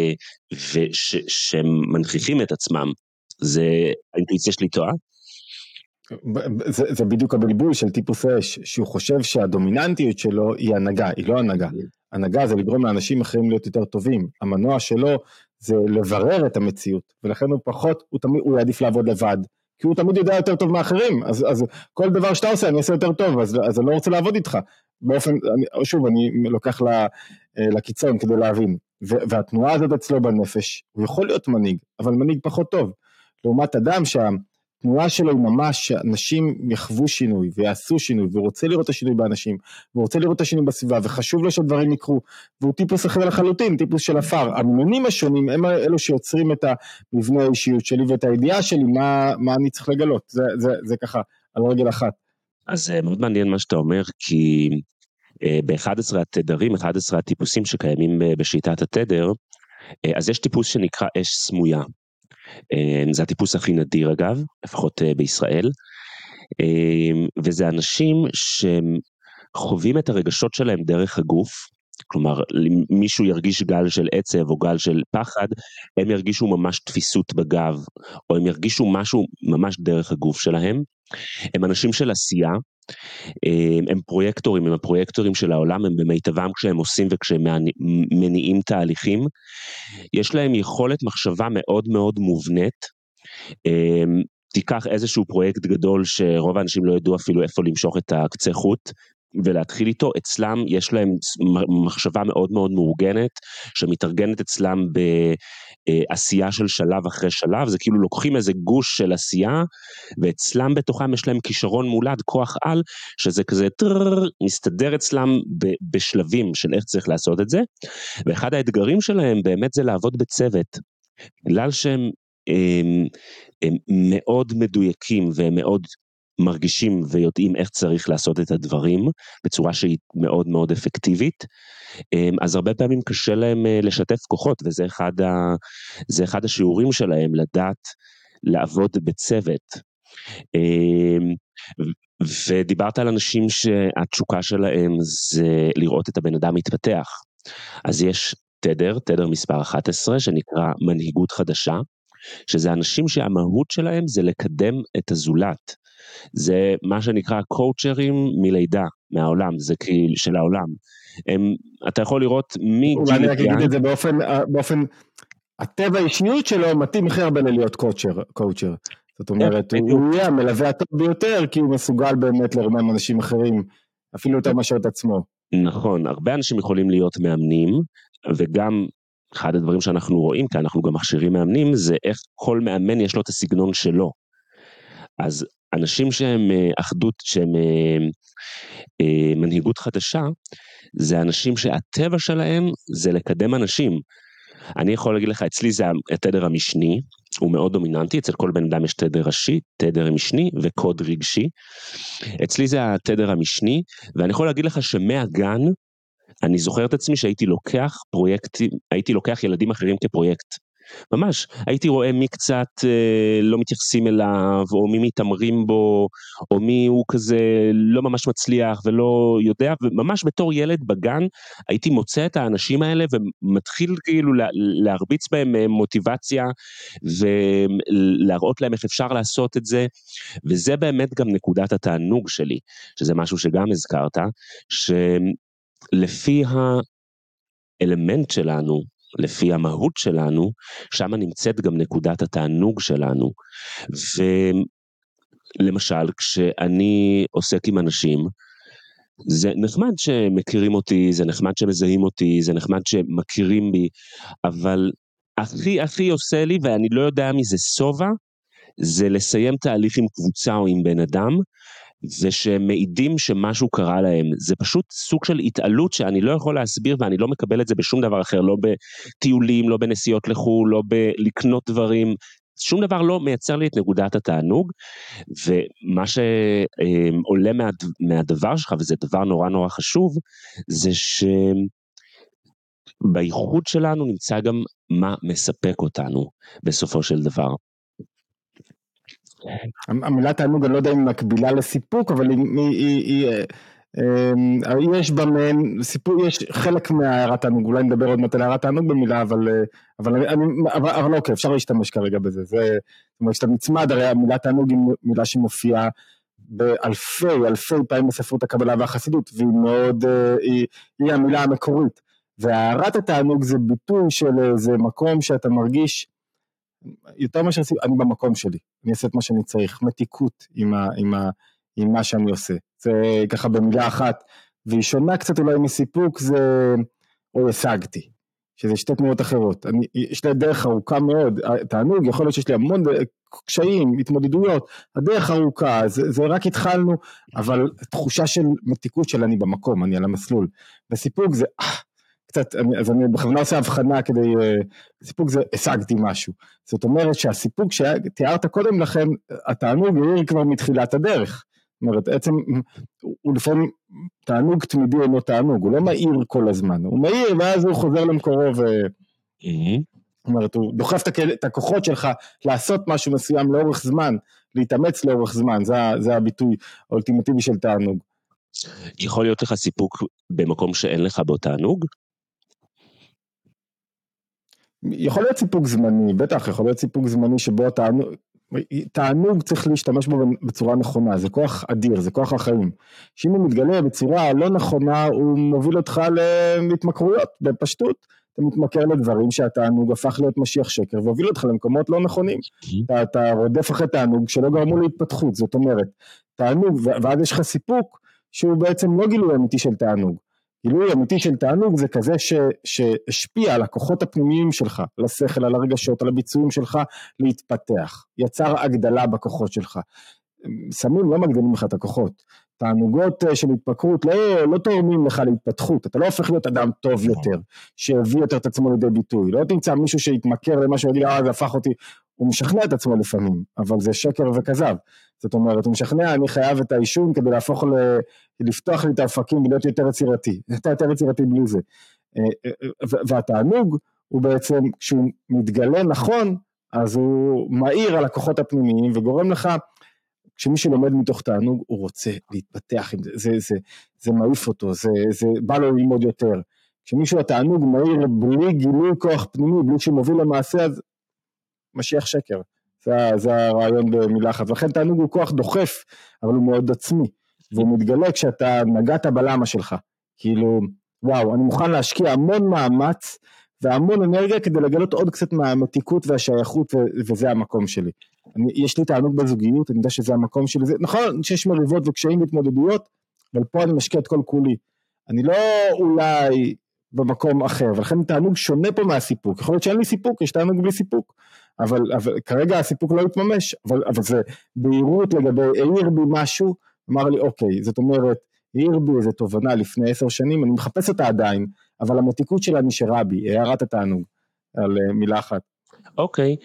ושהם מנכיחים את עצמם. זה האינטואיציה שלי טועה? זה בדיוק הבלבול של טיפוס אש, שהוא חושב שהדומיננטיות שלו היא הנהגה, היא לא הנהגה. הנהגה זה לגרום לאנשים אחרים להיות יותר טובים, המנוע שלו זה לברר את המציאות, ולכן הוא פחות, הוא יעדיף לעבוד לבד, כי הוא תמיד יודע יותר טוב מאחרים, אז כל דבר שאתה עושה אני אעשה יותר טוב, אז אני לא רוצה לעבוד איתך, שוב אני לוקח לקיצון כדי להבין, והתנועה הזאת אצלו בנפש, הוא יכול להיות מנהיג, אבל מנהיג פחות טוב, לעומת אדם התנועה שלו היא ממש שאנשים יחוו שינוי ויעשו שינוי, והוא רוצה לראות את השינוי באנשים, והוא רוצה לראות את השינוי בסביבה, וחשוב לו שדברים יקרו, והוא טיפוס אחר לחלוטין, טיפוס של אפר. המינונים השונים הם אלו שיוצרים את המבנה האישיות שלי ואת הידיעה שלי, מה אני צריך לגלות, זה ככה, על רגל אחת. אז זה מאוד מעניין מה שאתה אומר, כי ב-11 התדרים, 11 הטיפוסים שקיימים בשיטת התדר, אז יש טיפוס שנקרא אש סמויה, זה הטיפוס הכי נדיר אגב, לפחות בישראל, וזה אנשים שחווים את הרגשות שלהם דרך הגוף, כלומר מישהו ירגיש גל של עצב או גל של פחד, הם ירגישו ממש תפיסות בגב, או הם ירגישו משהו ממש דרך הגוף שלהם, הם אנשים של עשייה, הם פרויקטורים, הם הפרויקטורים של העולם, הם במיטבם כשהם עושים וכשהם מניעים תהליכים, יש להם יכולת מחשבה מאוד מאוד מובנית, תיקח איזשהו פרויקט גדול שרוב האנשים לא ידעו אפילו איפה למשוך את הקצה חוט, ולהתחיל איתו, אצלם יש להם מחשבה מאוד מאוד מאורגנת, שמתארגנת אצלם בעשייה של שלב אחרי שלב, זה כאילו לוקחים איזה גוש של עשייה, ואצלם בתוכם יש להם כישרון מולד, כוח על, שזה כזה מסתדר אצלם בשלבים של איך צריך לעשות את זה, ואחד האתגרים שלהם באמת זה לעבוד בצוות, בגלל שהם הם מאוד מדויקים והם מאוד מרגישים ויודעים איך צריך לעשות את הדברים בצורה שהיא מאוד מאוד אפקטיבית, אז הרבה פעמים קשה להם לשתף כוחות, וזה אחד השיעורים שלהם, לדעת לעבוד בצוות. ודיברת על אנשים שהתשוקה שלהם זה לראות את הבן אדם מתפתח, אז יש תדר מספר 11 שנקרא מנהיגות חדשה, שזה אנשים שהמהות שלהם זה לקדם את הזולת, זה מה שנקרא קואוצ'רים מלידה מהעולם, זה כאילו של העולם, אתה יכול לראות אולי אני אגיד את זה באופן, הטבע האישיות שלו מתאים הכי הרבה להיות קואוצ'ר, זאת אומרת, הוא יהיה המלווה הטוב ביותר, כי הוא מסוגל באמת לרמם אנשים אחרים, אפילו יותר מאשר את עצמו. נכון, הרבה אנשים יכולים להיות מאמנים, וגם אחד הדברים שאנחנו רואים, כי אנחנו גם מכשירים מאמנים, זה איך כל מאמן יש לו את הסגנון שלו. אז אנשים שהם אחדות, שהם מנהיגות חדשה, זה אנשים שהטבע שלהם זה לקדם אנשים. אני יכול להגיד לך, אצלי זה התדר המשני, הוא מאוד דומיננטי, אצל כל בן אדם יש תדר ראשי, תדר משני וקוד רגשי. אצלי זה התדר המשני, ואני יכול להגיד לך שמהגן, אני זוכר את עצמי שהייתי לוקח ילדים אחרים כפרויקט. ממש, הייתי רואה מי קצת לא מתייחסים אליו, או מי מתאמרים בו, או מי הוא כזה לא ממש מצליח ולא יודע, וממש בתור ילד בגן, הייתי מוצא את האנשים האלה, ומתחיל כאילו להרביץ בהם מוטיבציה, ולהראות להם איך אפשר לעשות את זה, וזה באמת גם נקודת התענוג שלי, שזה משהו שגם הזכרת, שלפי האלמנט שלנו, לפי המהות שלנו, שם נמצאת גם נקודת התענוג שלנו. ולמשל, כשאני עוסק עם אנשים, זה נחמד שמכירים אותי, זה נחמד שמזהים אותי, זה נחמד שמכירים בי, אבל הכי עושה לי, ואני לא יודע מזה סובה, זה לסיים תהליך עם קבוצה או עם בן אדם, ושהם מעידים שמשהו קרה להם, זה פשוט סוג של התעלות שאני לא יכול להסביר, ואני לא מקבל את זה בשום דבר אחר, לא בטיולים, לא בנסיעות לחו"ל, לא בלקנות דברים, שום דבר לא מייצר לי את נקודת התענוג, ומה שעולה מהדבר שלך, וזה דבר נורא נורא חשוב, זה שבייחוד שלנו נמצא גם מה מספק אותנו, בסופו של דבר. המילה תענוג, אני לא יודע אם מקבילה לסיפוק, אבל יש במעין סיפוק, יש חלק מהערת תענוג, אולי נדבר עוד מעט על הערת תענוג במילה, אבל אוקיי, אפשר להשתמש כרגע בזה, זאת אומרת, שאתה נצמד, הרי המילה תענוג היא מילה שמופיעה אלפי פעמים בספרות הקבלה והחסידות, והיא מאוד, היא המילה המקורית, והערת התענוג זה ביטוי של איזה מקום שאתה מרגיש, יותר מאשר אני במקום שלי, אני אעשה את מה שאני צריך, מתיקות עם מה שאני עושה, זה ככה במילה אחת, והיא שונה קצת אולי מסיפוק, זה או השגתי, שזה שתי תנועות אחרות, יש לי דרך ארוכה מאוד, תענוג, יכול להיות שיש לי המון קשיים, התמודדויות, הדרך ארוכה, זה רק התחלנו, אבל תחושה של מתיקות של אני במקום, אני על המסלול, וסיפוק זה, קצת, אז אני בכוונה עושה הבחנה כדי, סיפוק זה השגתי משהו, זאת אומרת שהסיפוק שתיארת קודם לכם, התענוג יהיה כבר מתחילת הדרך, זאת אומרת, בעצם, הוא לפעמים תענוג תמידי אינו תענוג, הוא לא מהיר כל הזמן, הוא מהיר ואז הוא חוזר למקורו זאת אומרת, הוא דוחף את הכוחות שלך לעשות משהו מסוים לאורך זמן, להתאמץ לאורך זמן, זה הביטוי האולטימטיבי של תענוג. יכול להיות לך סיפוק במקום שאין לך בו תענוג? יכול להיות סיפוק זמני, בטח, יכול להיות סיפוק זמני שבו תענוג צריך להשתמש בו בצורה נכונה, זה כוח אדיר, זה כוח החיים. שאם הוא מתגלה בצורה לא נכונה, הוא מוביל אותך להתמכרויות, בפשטות. אתה מתמכר לדברים שהתענוג הפך להיות משיח שקר, והוביל אותך למקומות לא נכונים. אתה רודף אחרי תענוג שלא גרמו להתפתחות, זאת אומרת, תענוג, ואז יש לך סיפוק, שהוא בעצם לא גילוי אמיתי של תענוג. גילוי אמיתי של תענוג זה כזה שהשפיע על הכוחות הפנימיים שלך, על השכל, על הרגשות, על הביצועים שלך, להתפתח. יצר הגדלה בכוחות שלך. סמים לא מגדלים לך את הכוחות. תענוגות של התפקרות לא תורמים לך להתפתחות. אתה לא הופך להיות אדם טוב יותר, שהביא יותר את עצמו לידי ביטוי. לא תמצא מישהו שהתמכר למשהו, יגיד, זה הפך אותי. הוא משכנע את עצמו לפעמים, אבל זה שקר וכזב. זאת אומרת, הוא משכנע, אני חייב את האישון כדי לפתוח לי את האופקים ולהיות יותר יצירתי. אתה יותר יצירתי בלי זה. והתענוג הוא בעצם, כשהוא מתגלה נכון, אז הוא מהיר על הכוחות הפנימיים, וגורם לך, כשמישהו לומד מתוך תענוג, הוא רוצה להתפתח עם זה, זה מעיף אותו, זה בא לו ללמוד יותר. כשמישהו התענוג מהיר בלי גילוי כוח פנימי, בלי שהוא מוביל למעשה, אז משיח שקר. זה הרעיון במילה אחת. ולכן תענוג הוא כוח דוחף, אבל הוא מאוד עצמי. והוא מתגלה כשאתה נגעת בלמה שלך. כאילו, וואו, אני מוכן להשקיע המון מאמץ, והמון אנרגיה כדי לגלות עוד קצת מהמתיקות והשייכות, וזה המקום שלי. יש לי תענוג בזוגיות, אני יודע שזה המקום שלי. נכון שיש מריבות וקשיים והתמודדויות, אבל פה אני משקיע את כל כולי. אני לא אולי במקום אחר, ולכן תענוג שונה פה מהסיפוק. יכול להיות שאין לי סיפוק, יש תענוג בלי סיפוק. אבל כרגע הסיפוק לא יתממש, אבל זה בהירות לגבי, העיר בי משהו, אמר לי, אוקיי, זאת אומרת, העיר בי איזו תובנה לפני 10 שנים, אני מחפש אותה עדיין, אבל המתיקות שלה נשארה בי, הערת התענוג, על מילה אחת. אוקיי,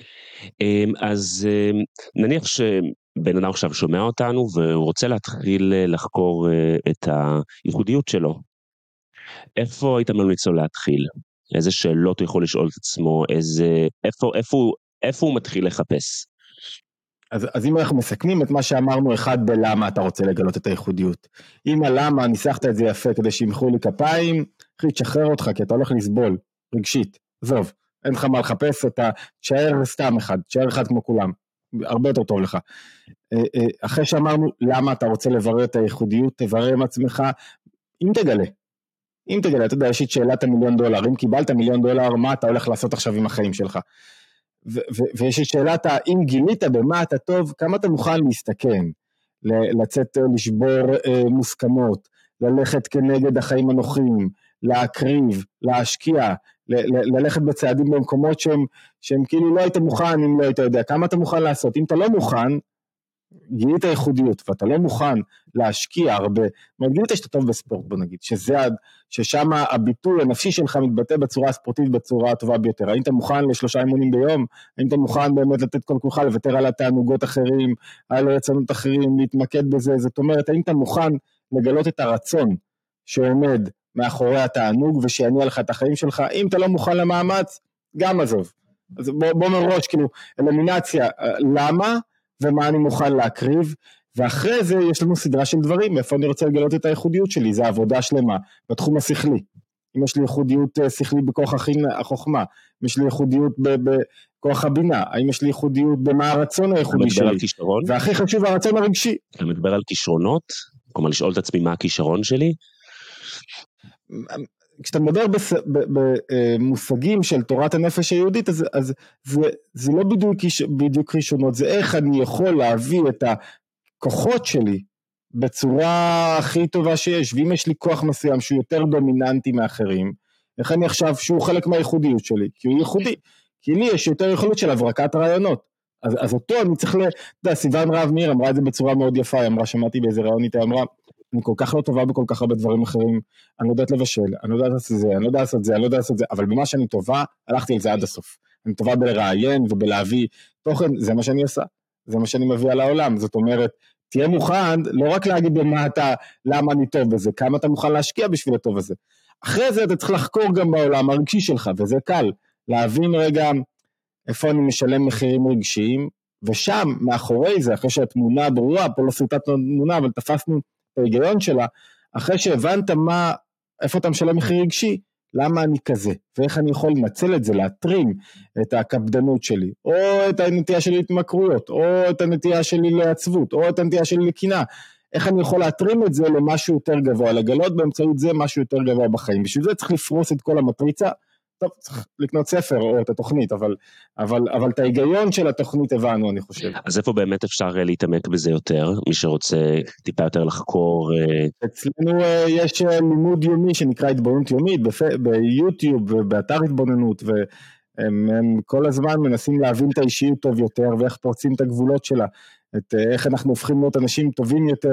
אז נניח שבן אדם עכשיו שומע אותנו, והוא רוצה להתחיל לחקור את הייחודיות שלו. איפה היית ממליץ לו להתחיל? איזה שאלות הוא יכול לשאול את עצמו, איפה הוא מתחיל לחפש. אז אם אנחנו מסכמים את מה שאמרנו, אחד בלמה אתה רוצה לגלות את הייחודיות. אם הלמה ניסחת את זה יפה כדי שימחאו לי כפיים, אחי, תשחרר אותך, כי אתה הולך לסבול, רגשית, עזוב, אין לך מה לחפש, אתה תשאר סתם אחד, תשאר אחד כמו כולם, הרבה יותר טוב לך. אחרי שאמרנו למה אתה רוצה לברר את הייחודיות, תברר עם עצמך, אם תגלה, אתה יודע, יש את שאלת $1,000,000, אם קיבלת $1,000,000, מה אתה הולך לעשות עכשיו עם החיים שלך? ויש את שאלת, אם גילית במה אתה טוב, כמה אתה מוכן להסתכן, לצאת לשבור מוסכמות, ללכת כנגד החיים הנוחים, להקריב, להשקיע, ללכת בצעדים במקומות שהם כאילו לא היית מוכן, אם לא היית יודע, כמה אתה מוכן לעשות, אם אתה לא מוכן, גילית הייחודיות, ואתה לא מוכן להשקיע הרבה, גילית שאתה טוב בספורט, בוא נגיד, ששם הביטוי הנפשי שלך מתבטא בצורה הספורטיבית, בצורה הטובה ביותר, האם אתה מוכן ל3 אימונים ביום, האם אתה מוכן באמת לתת כל כולך, לוותר על התענוגות אחרים, על הרצונות אחרים, להתמקד בזה, זאת אומרת, האם אתה מוכן לגלות את הרצון שעומד מאחורי התענוג, ושיניע לך את החיים שלך, אם אתה לא מוכן למאמץ, גם עזוב, אז בוא מראש, כאילו, אלמינציה, למה? ומה אני מוכן להקריב, ואחרי זה יש לנו סדרה של דברים, איפה אני רוצה לגלות את הייחודיות שלי, זה עבודה שלמה, בתחום השכלי, אם יש לי ייחודיות שכלית בכוח החוכמה, אם יש לי ייחודיות בכוח הבינה, האם יש לי ייחודיות במה הרצון הייחודי שלי, והכי חשוב הרצון הרגשי. אתה מדבר על כישרונות, כלומר לשאול את עצמי מה הכישרון שלי? כשאתה מדבר במושגים של תורת הנפש היהודית, אז זה לא בדיוק כישרונות, זה איך אני יכול להביא את הכוחות שלי בצורה הכי טובה שיש, ואם יש לי כוח מסוים שהוא יותר דומיננטי מאחרים, איך אני עכשיו שהוא חלק מהייחודיות שלי, כי הוא ייחודי, כי לי יש יותר יכולת של הברקת רעיונות, אז אותו אני צריך סיוון רהב מאיר אמרה את זה בצורה מאוד יפה, היא אמרה, שמעתי באיזה רעיון איתה, אמרה, אני כל כך לא טובה בכל כך הרבה דברים אחרים, אני לא יודעת לבשל, אני לא יודעת לעשות זה, אני לא יודעת לעשות זה, אני לא יודעת לעשות זה, אבל במה שאני טובה, הלכתי על זה עד הסוף. אני טובה בלראיין ובלהביא תוכן, זה מה שאני עושה, זה מה שאני מביא על העולם, זאת אומרת, תהיה מוכן, לא רק להגיד במה אתה, למה אני טוב בזה, כמה אתה מוכן להשקיע בשביל הטוב הזה. אחרי זה אתה צריך לחקור גם בעולם הרגשי שלך, וזה קל, להבין רגע איפה אני משלם מחירים רגשיים, ושם, מאחורי זה, אחרי שהתמונה ברורה, פה לא סרטת תמונה, אבל תפסנו ההיגיון שלה, אחרי שהבנת איפה אתה משלם מחיר רגשי, למה אני כזה, ואיך אני יכול לנצל את זה, להטרים את הקפדנות שלי, או את הנטייה שלי להתמכרויות, או את הנטייה שלי לעצבות, או את הנטייה שלי לקינה, איך אני יכול להטרים את זה למשהו יותר גבוה, לגלות באמצעות זה משהו יותר גבוה בחיים, בשביל זה צריך לפרוס את כל המטריצה, טוב, צריך לקנות ספר או את התוכנית, אבל את ההיגיון של התוכנית הבנו, אני חושב. אז איפה באמת אפשר להתעמק בזה יותר, מי שרוצה טיפה יותר לחקור? אצלנו יש לימוד יומי שנקרא התבוננות יומית, ביוטיוב, באתר התבוננות, והם כל הזמן מנסים להבין את האישיות טוב יותר, ואיך פורצים את הגבולות שלה, איך אנחנו הופכים להיות אנשים טובים יותר,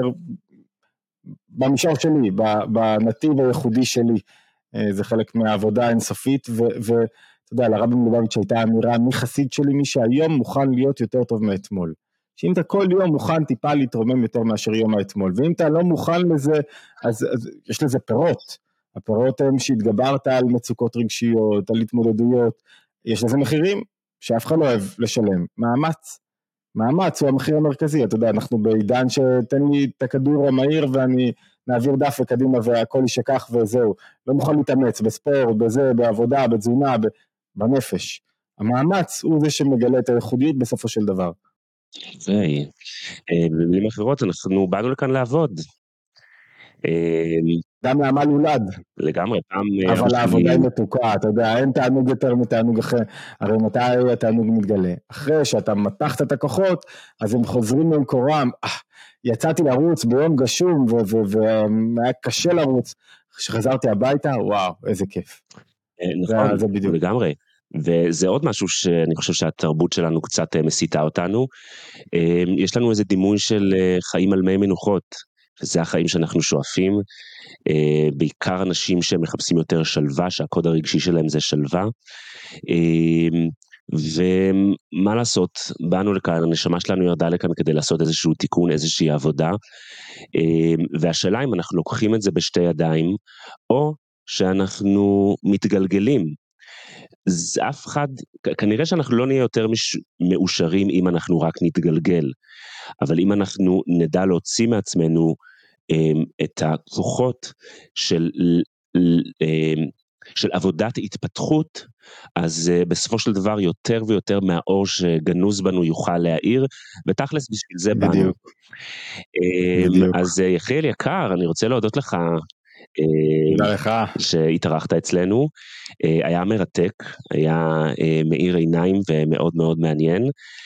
במישור שלי, בנתיב הייחודי שלי, זה חלק מהעבודה האינסופית, ואתה יודע, לרבי מלובביץ' הייתה אמירה, מי חסיד שלי, מי שהיום מוכן להיות יותר טוב מאתמול. שאם אתה כל יום מוכן טיפה להתרומם יותר מאשר יום האתמול, ואם אתה לא מוכן לזה, אז יש לזה פירות. הפירות הם שהתגברת על מצוקות רגשיות, על התמודדויות, יש לזה מחירים שאף אחד לא אוהב לשלם. מאמץ הוא המחיר המרכזי, אתה יודע, אנחנו בעידן שתן לי את הכדור המהיר ואני נעביר דף וקדימה והכל יישכח וזהו, לא מוכן להתאמץ בספורט, בזה, בעבודה, בתזונה, בנפש. המאמץ הוא זה שמגלה את הייחודיות בסופו של דבר. במילים אחרות אנחנו באנו לכאן לעבוד. גם לעמל הולד. לגמרי. אבל העבודה היא מתוקה, אתה יודע, אין תענוג יותר מתענוג אחר, הרי מתי התענוג מתגלה? אחרי שאתה מתחת את הכוחות, אז הם חוזרים למקורם, יצאתי לרוץ ביום גשום, והיה קשה לרוץ, כשחזרתי הביתה, וואו, איזה כיף. נכון, זה בדיוק. לגמרי. וזה עוד משהו שאני חושב שהתרבות שלנו קצת מסיתה אותנו, יש לנו איזה דימוי של חיים על מי מנוחות, שזה החיים שאנחנו שואפים, בעיקר אנשים שמחפשים יותר שלווה, שהקוד הרגשי שלהם זה שלווה, ומה לעשות, באנו לכאן, הנשמה שלנו ירדה לכאן כדי לעשות איזשהו תיקון, איזושהי עבודה, והשאלה אם אנחנו לוקחים את זה בשתי ידיים, או שאנחנו מתגלגלים אף אחד, כנראה שאנחנו לא נהיה יותר מאושרים אם אנחנו רק נתגלגל, אבל אם אנחנו נדע להוציא מעצמנו את הכוחות של עבודת התפתחות, אז בסופו של דבר יותר ויותר מהאור שגנוז בנו יוכל להאיר, ותכלס בשביל זה באנו. אז יחיאל יקר, אני רוצה להודות לך, תודה לך שהתארחת אצלנו, היה מרתק, היה מאיר עיניים ומאוד מאוד מעניין,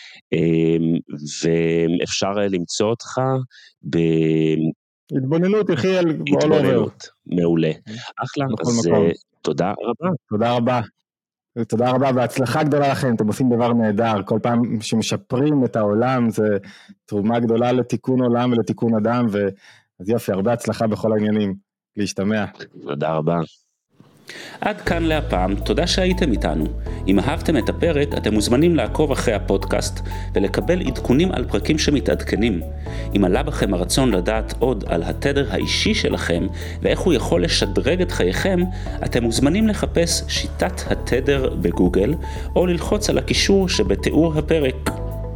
ואפשר למצוא אותך התבוננות, יחיאל, התבוננות, מעולה, אחלה, אז תודה רבה. תודה רבה. תודה רבה והצלחה גדולה לכם, אתם עושים דבר נהדר, כל פעם שמשפרים את העולם זה תרומה גדולה לתיקון עולם ולתיקון אדם, אז יופי, הרבה הצלחה בכל העניינים, להשתמע. תודה רבה. עד כאן להפעם, תודה שהייתם איתנו. אם אהבתם את הפרק, אתם מוזמנים לעקוב אחרי הפודקאסט ולקבל עדכונים על פרקים שמתעדכנים. אם עלה בכם הרצון לדעת עוד על התדר האישי שלכם ואיך הוא יכול לשדרג את חייכם, אתם מוזמנים לחפש שיטת התדר בגוגל או ללחוץ על הקישור שבתיאור הפרק.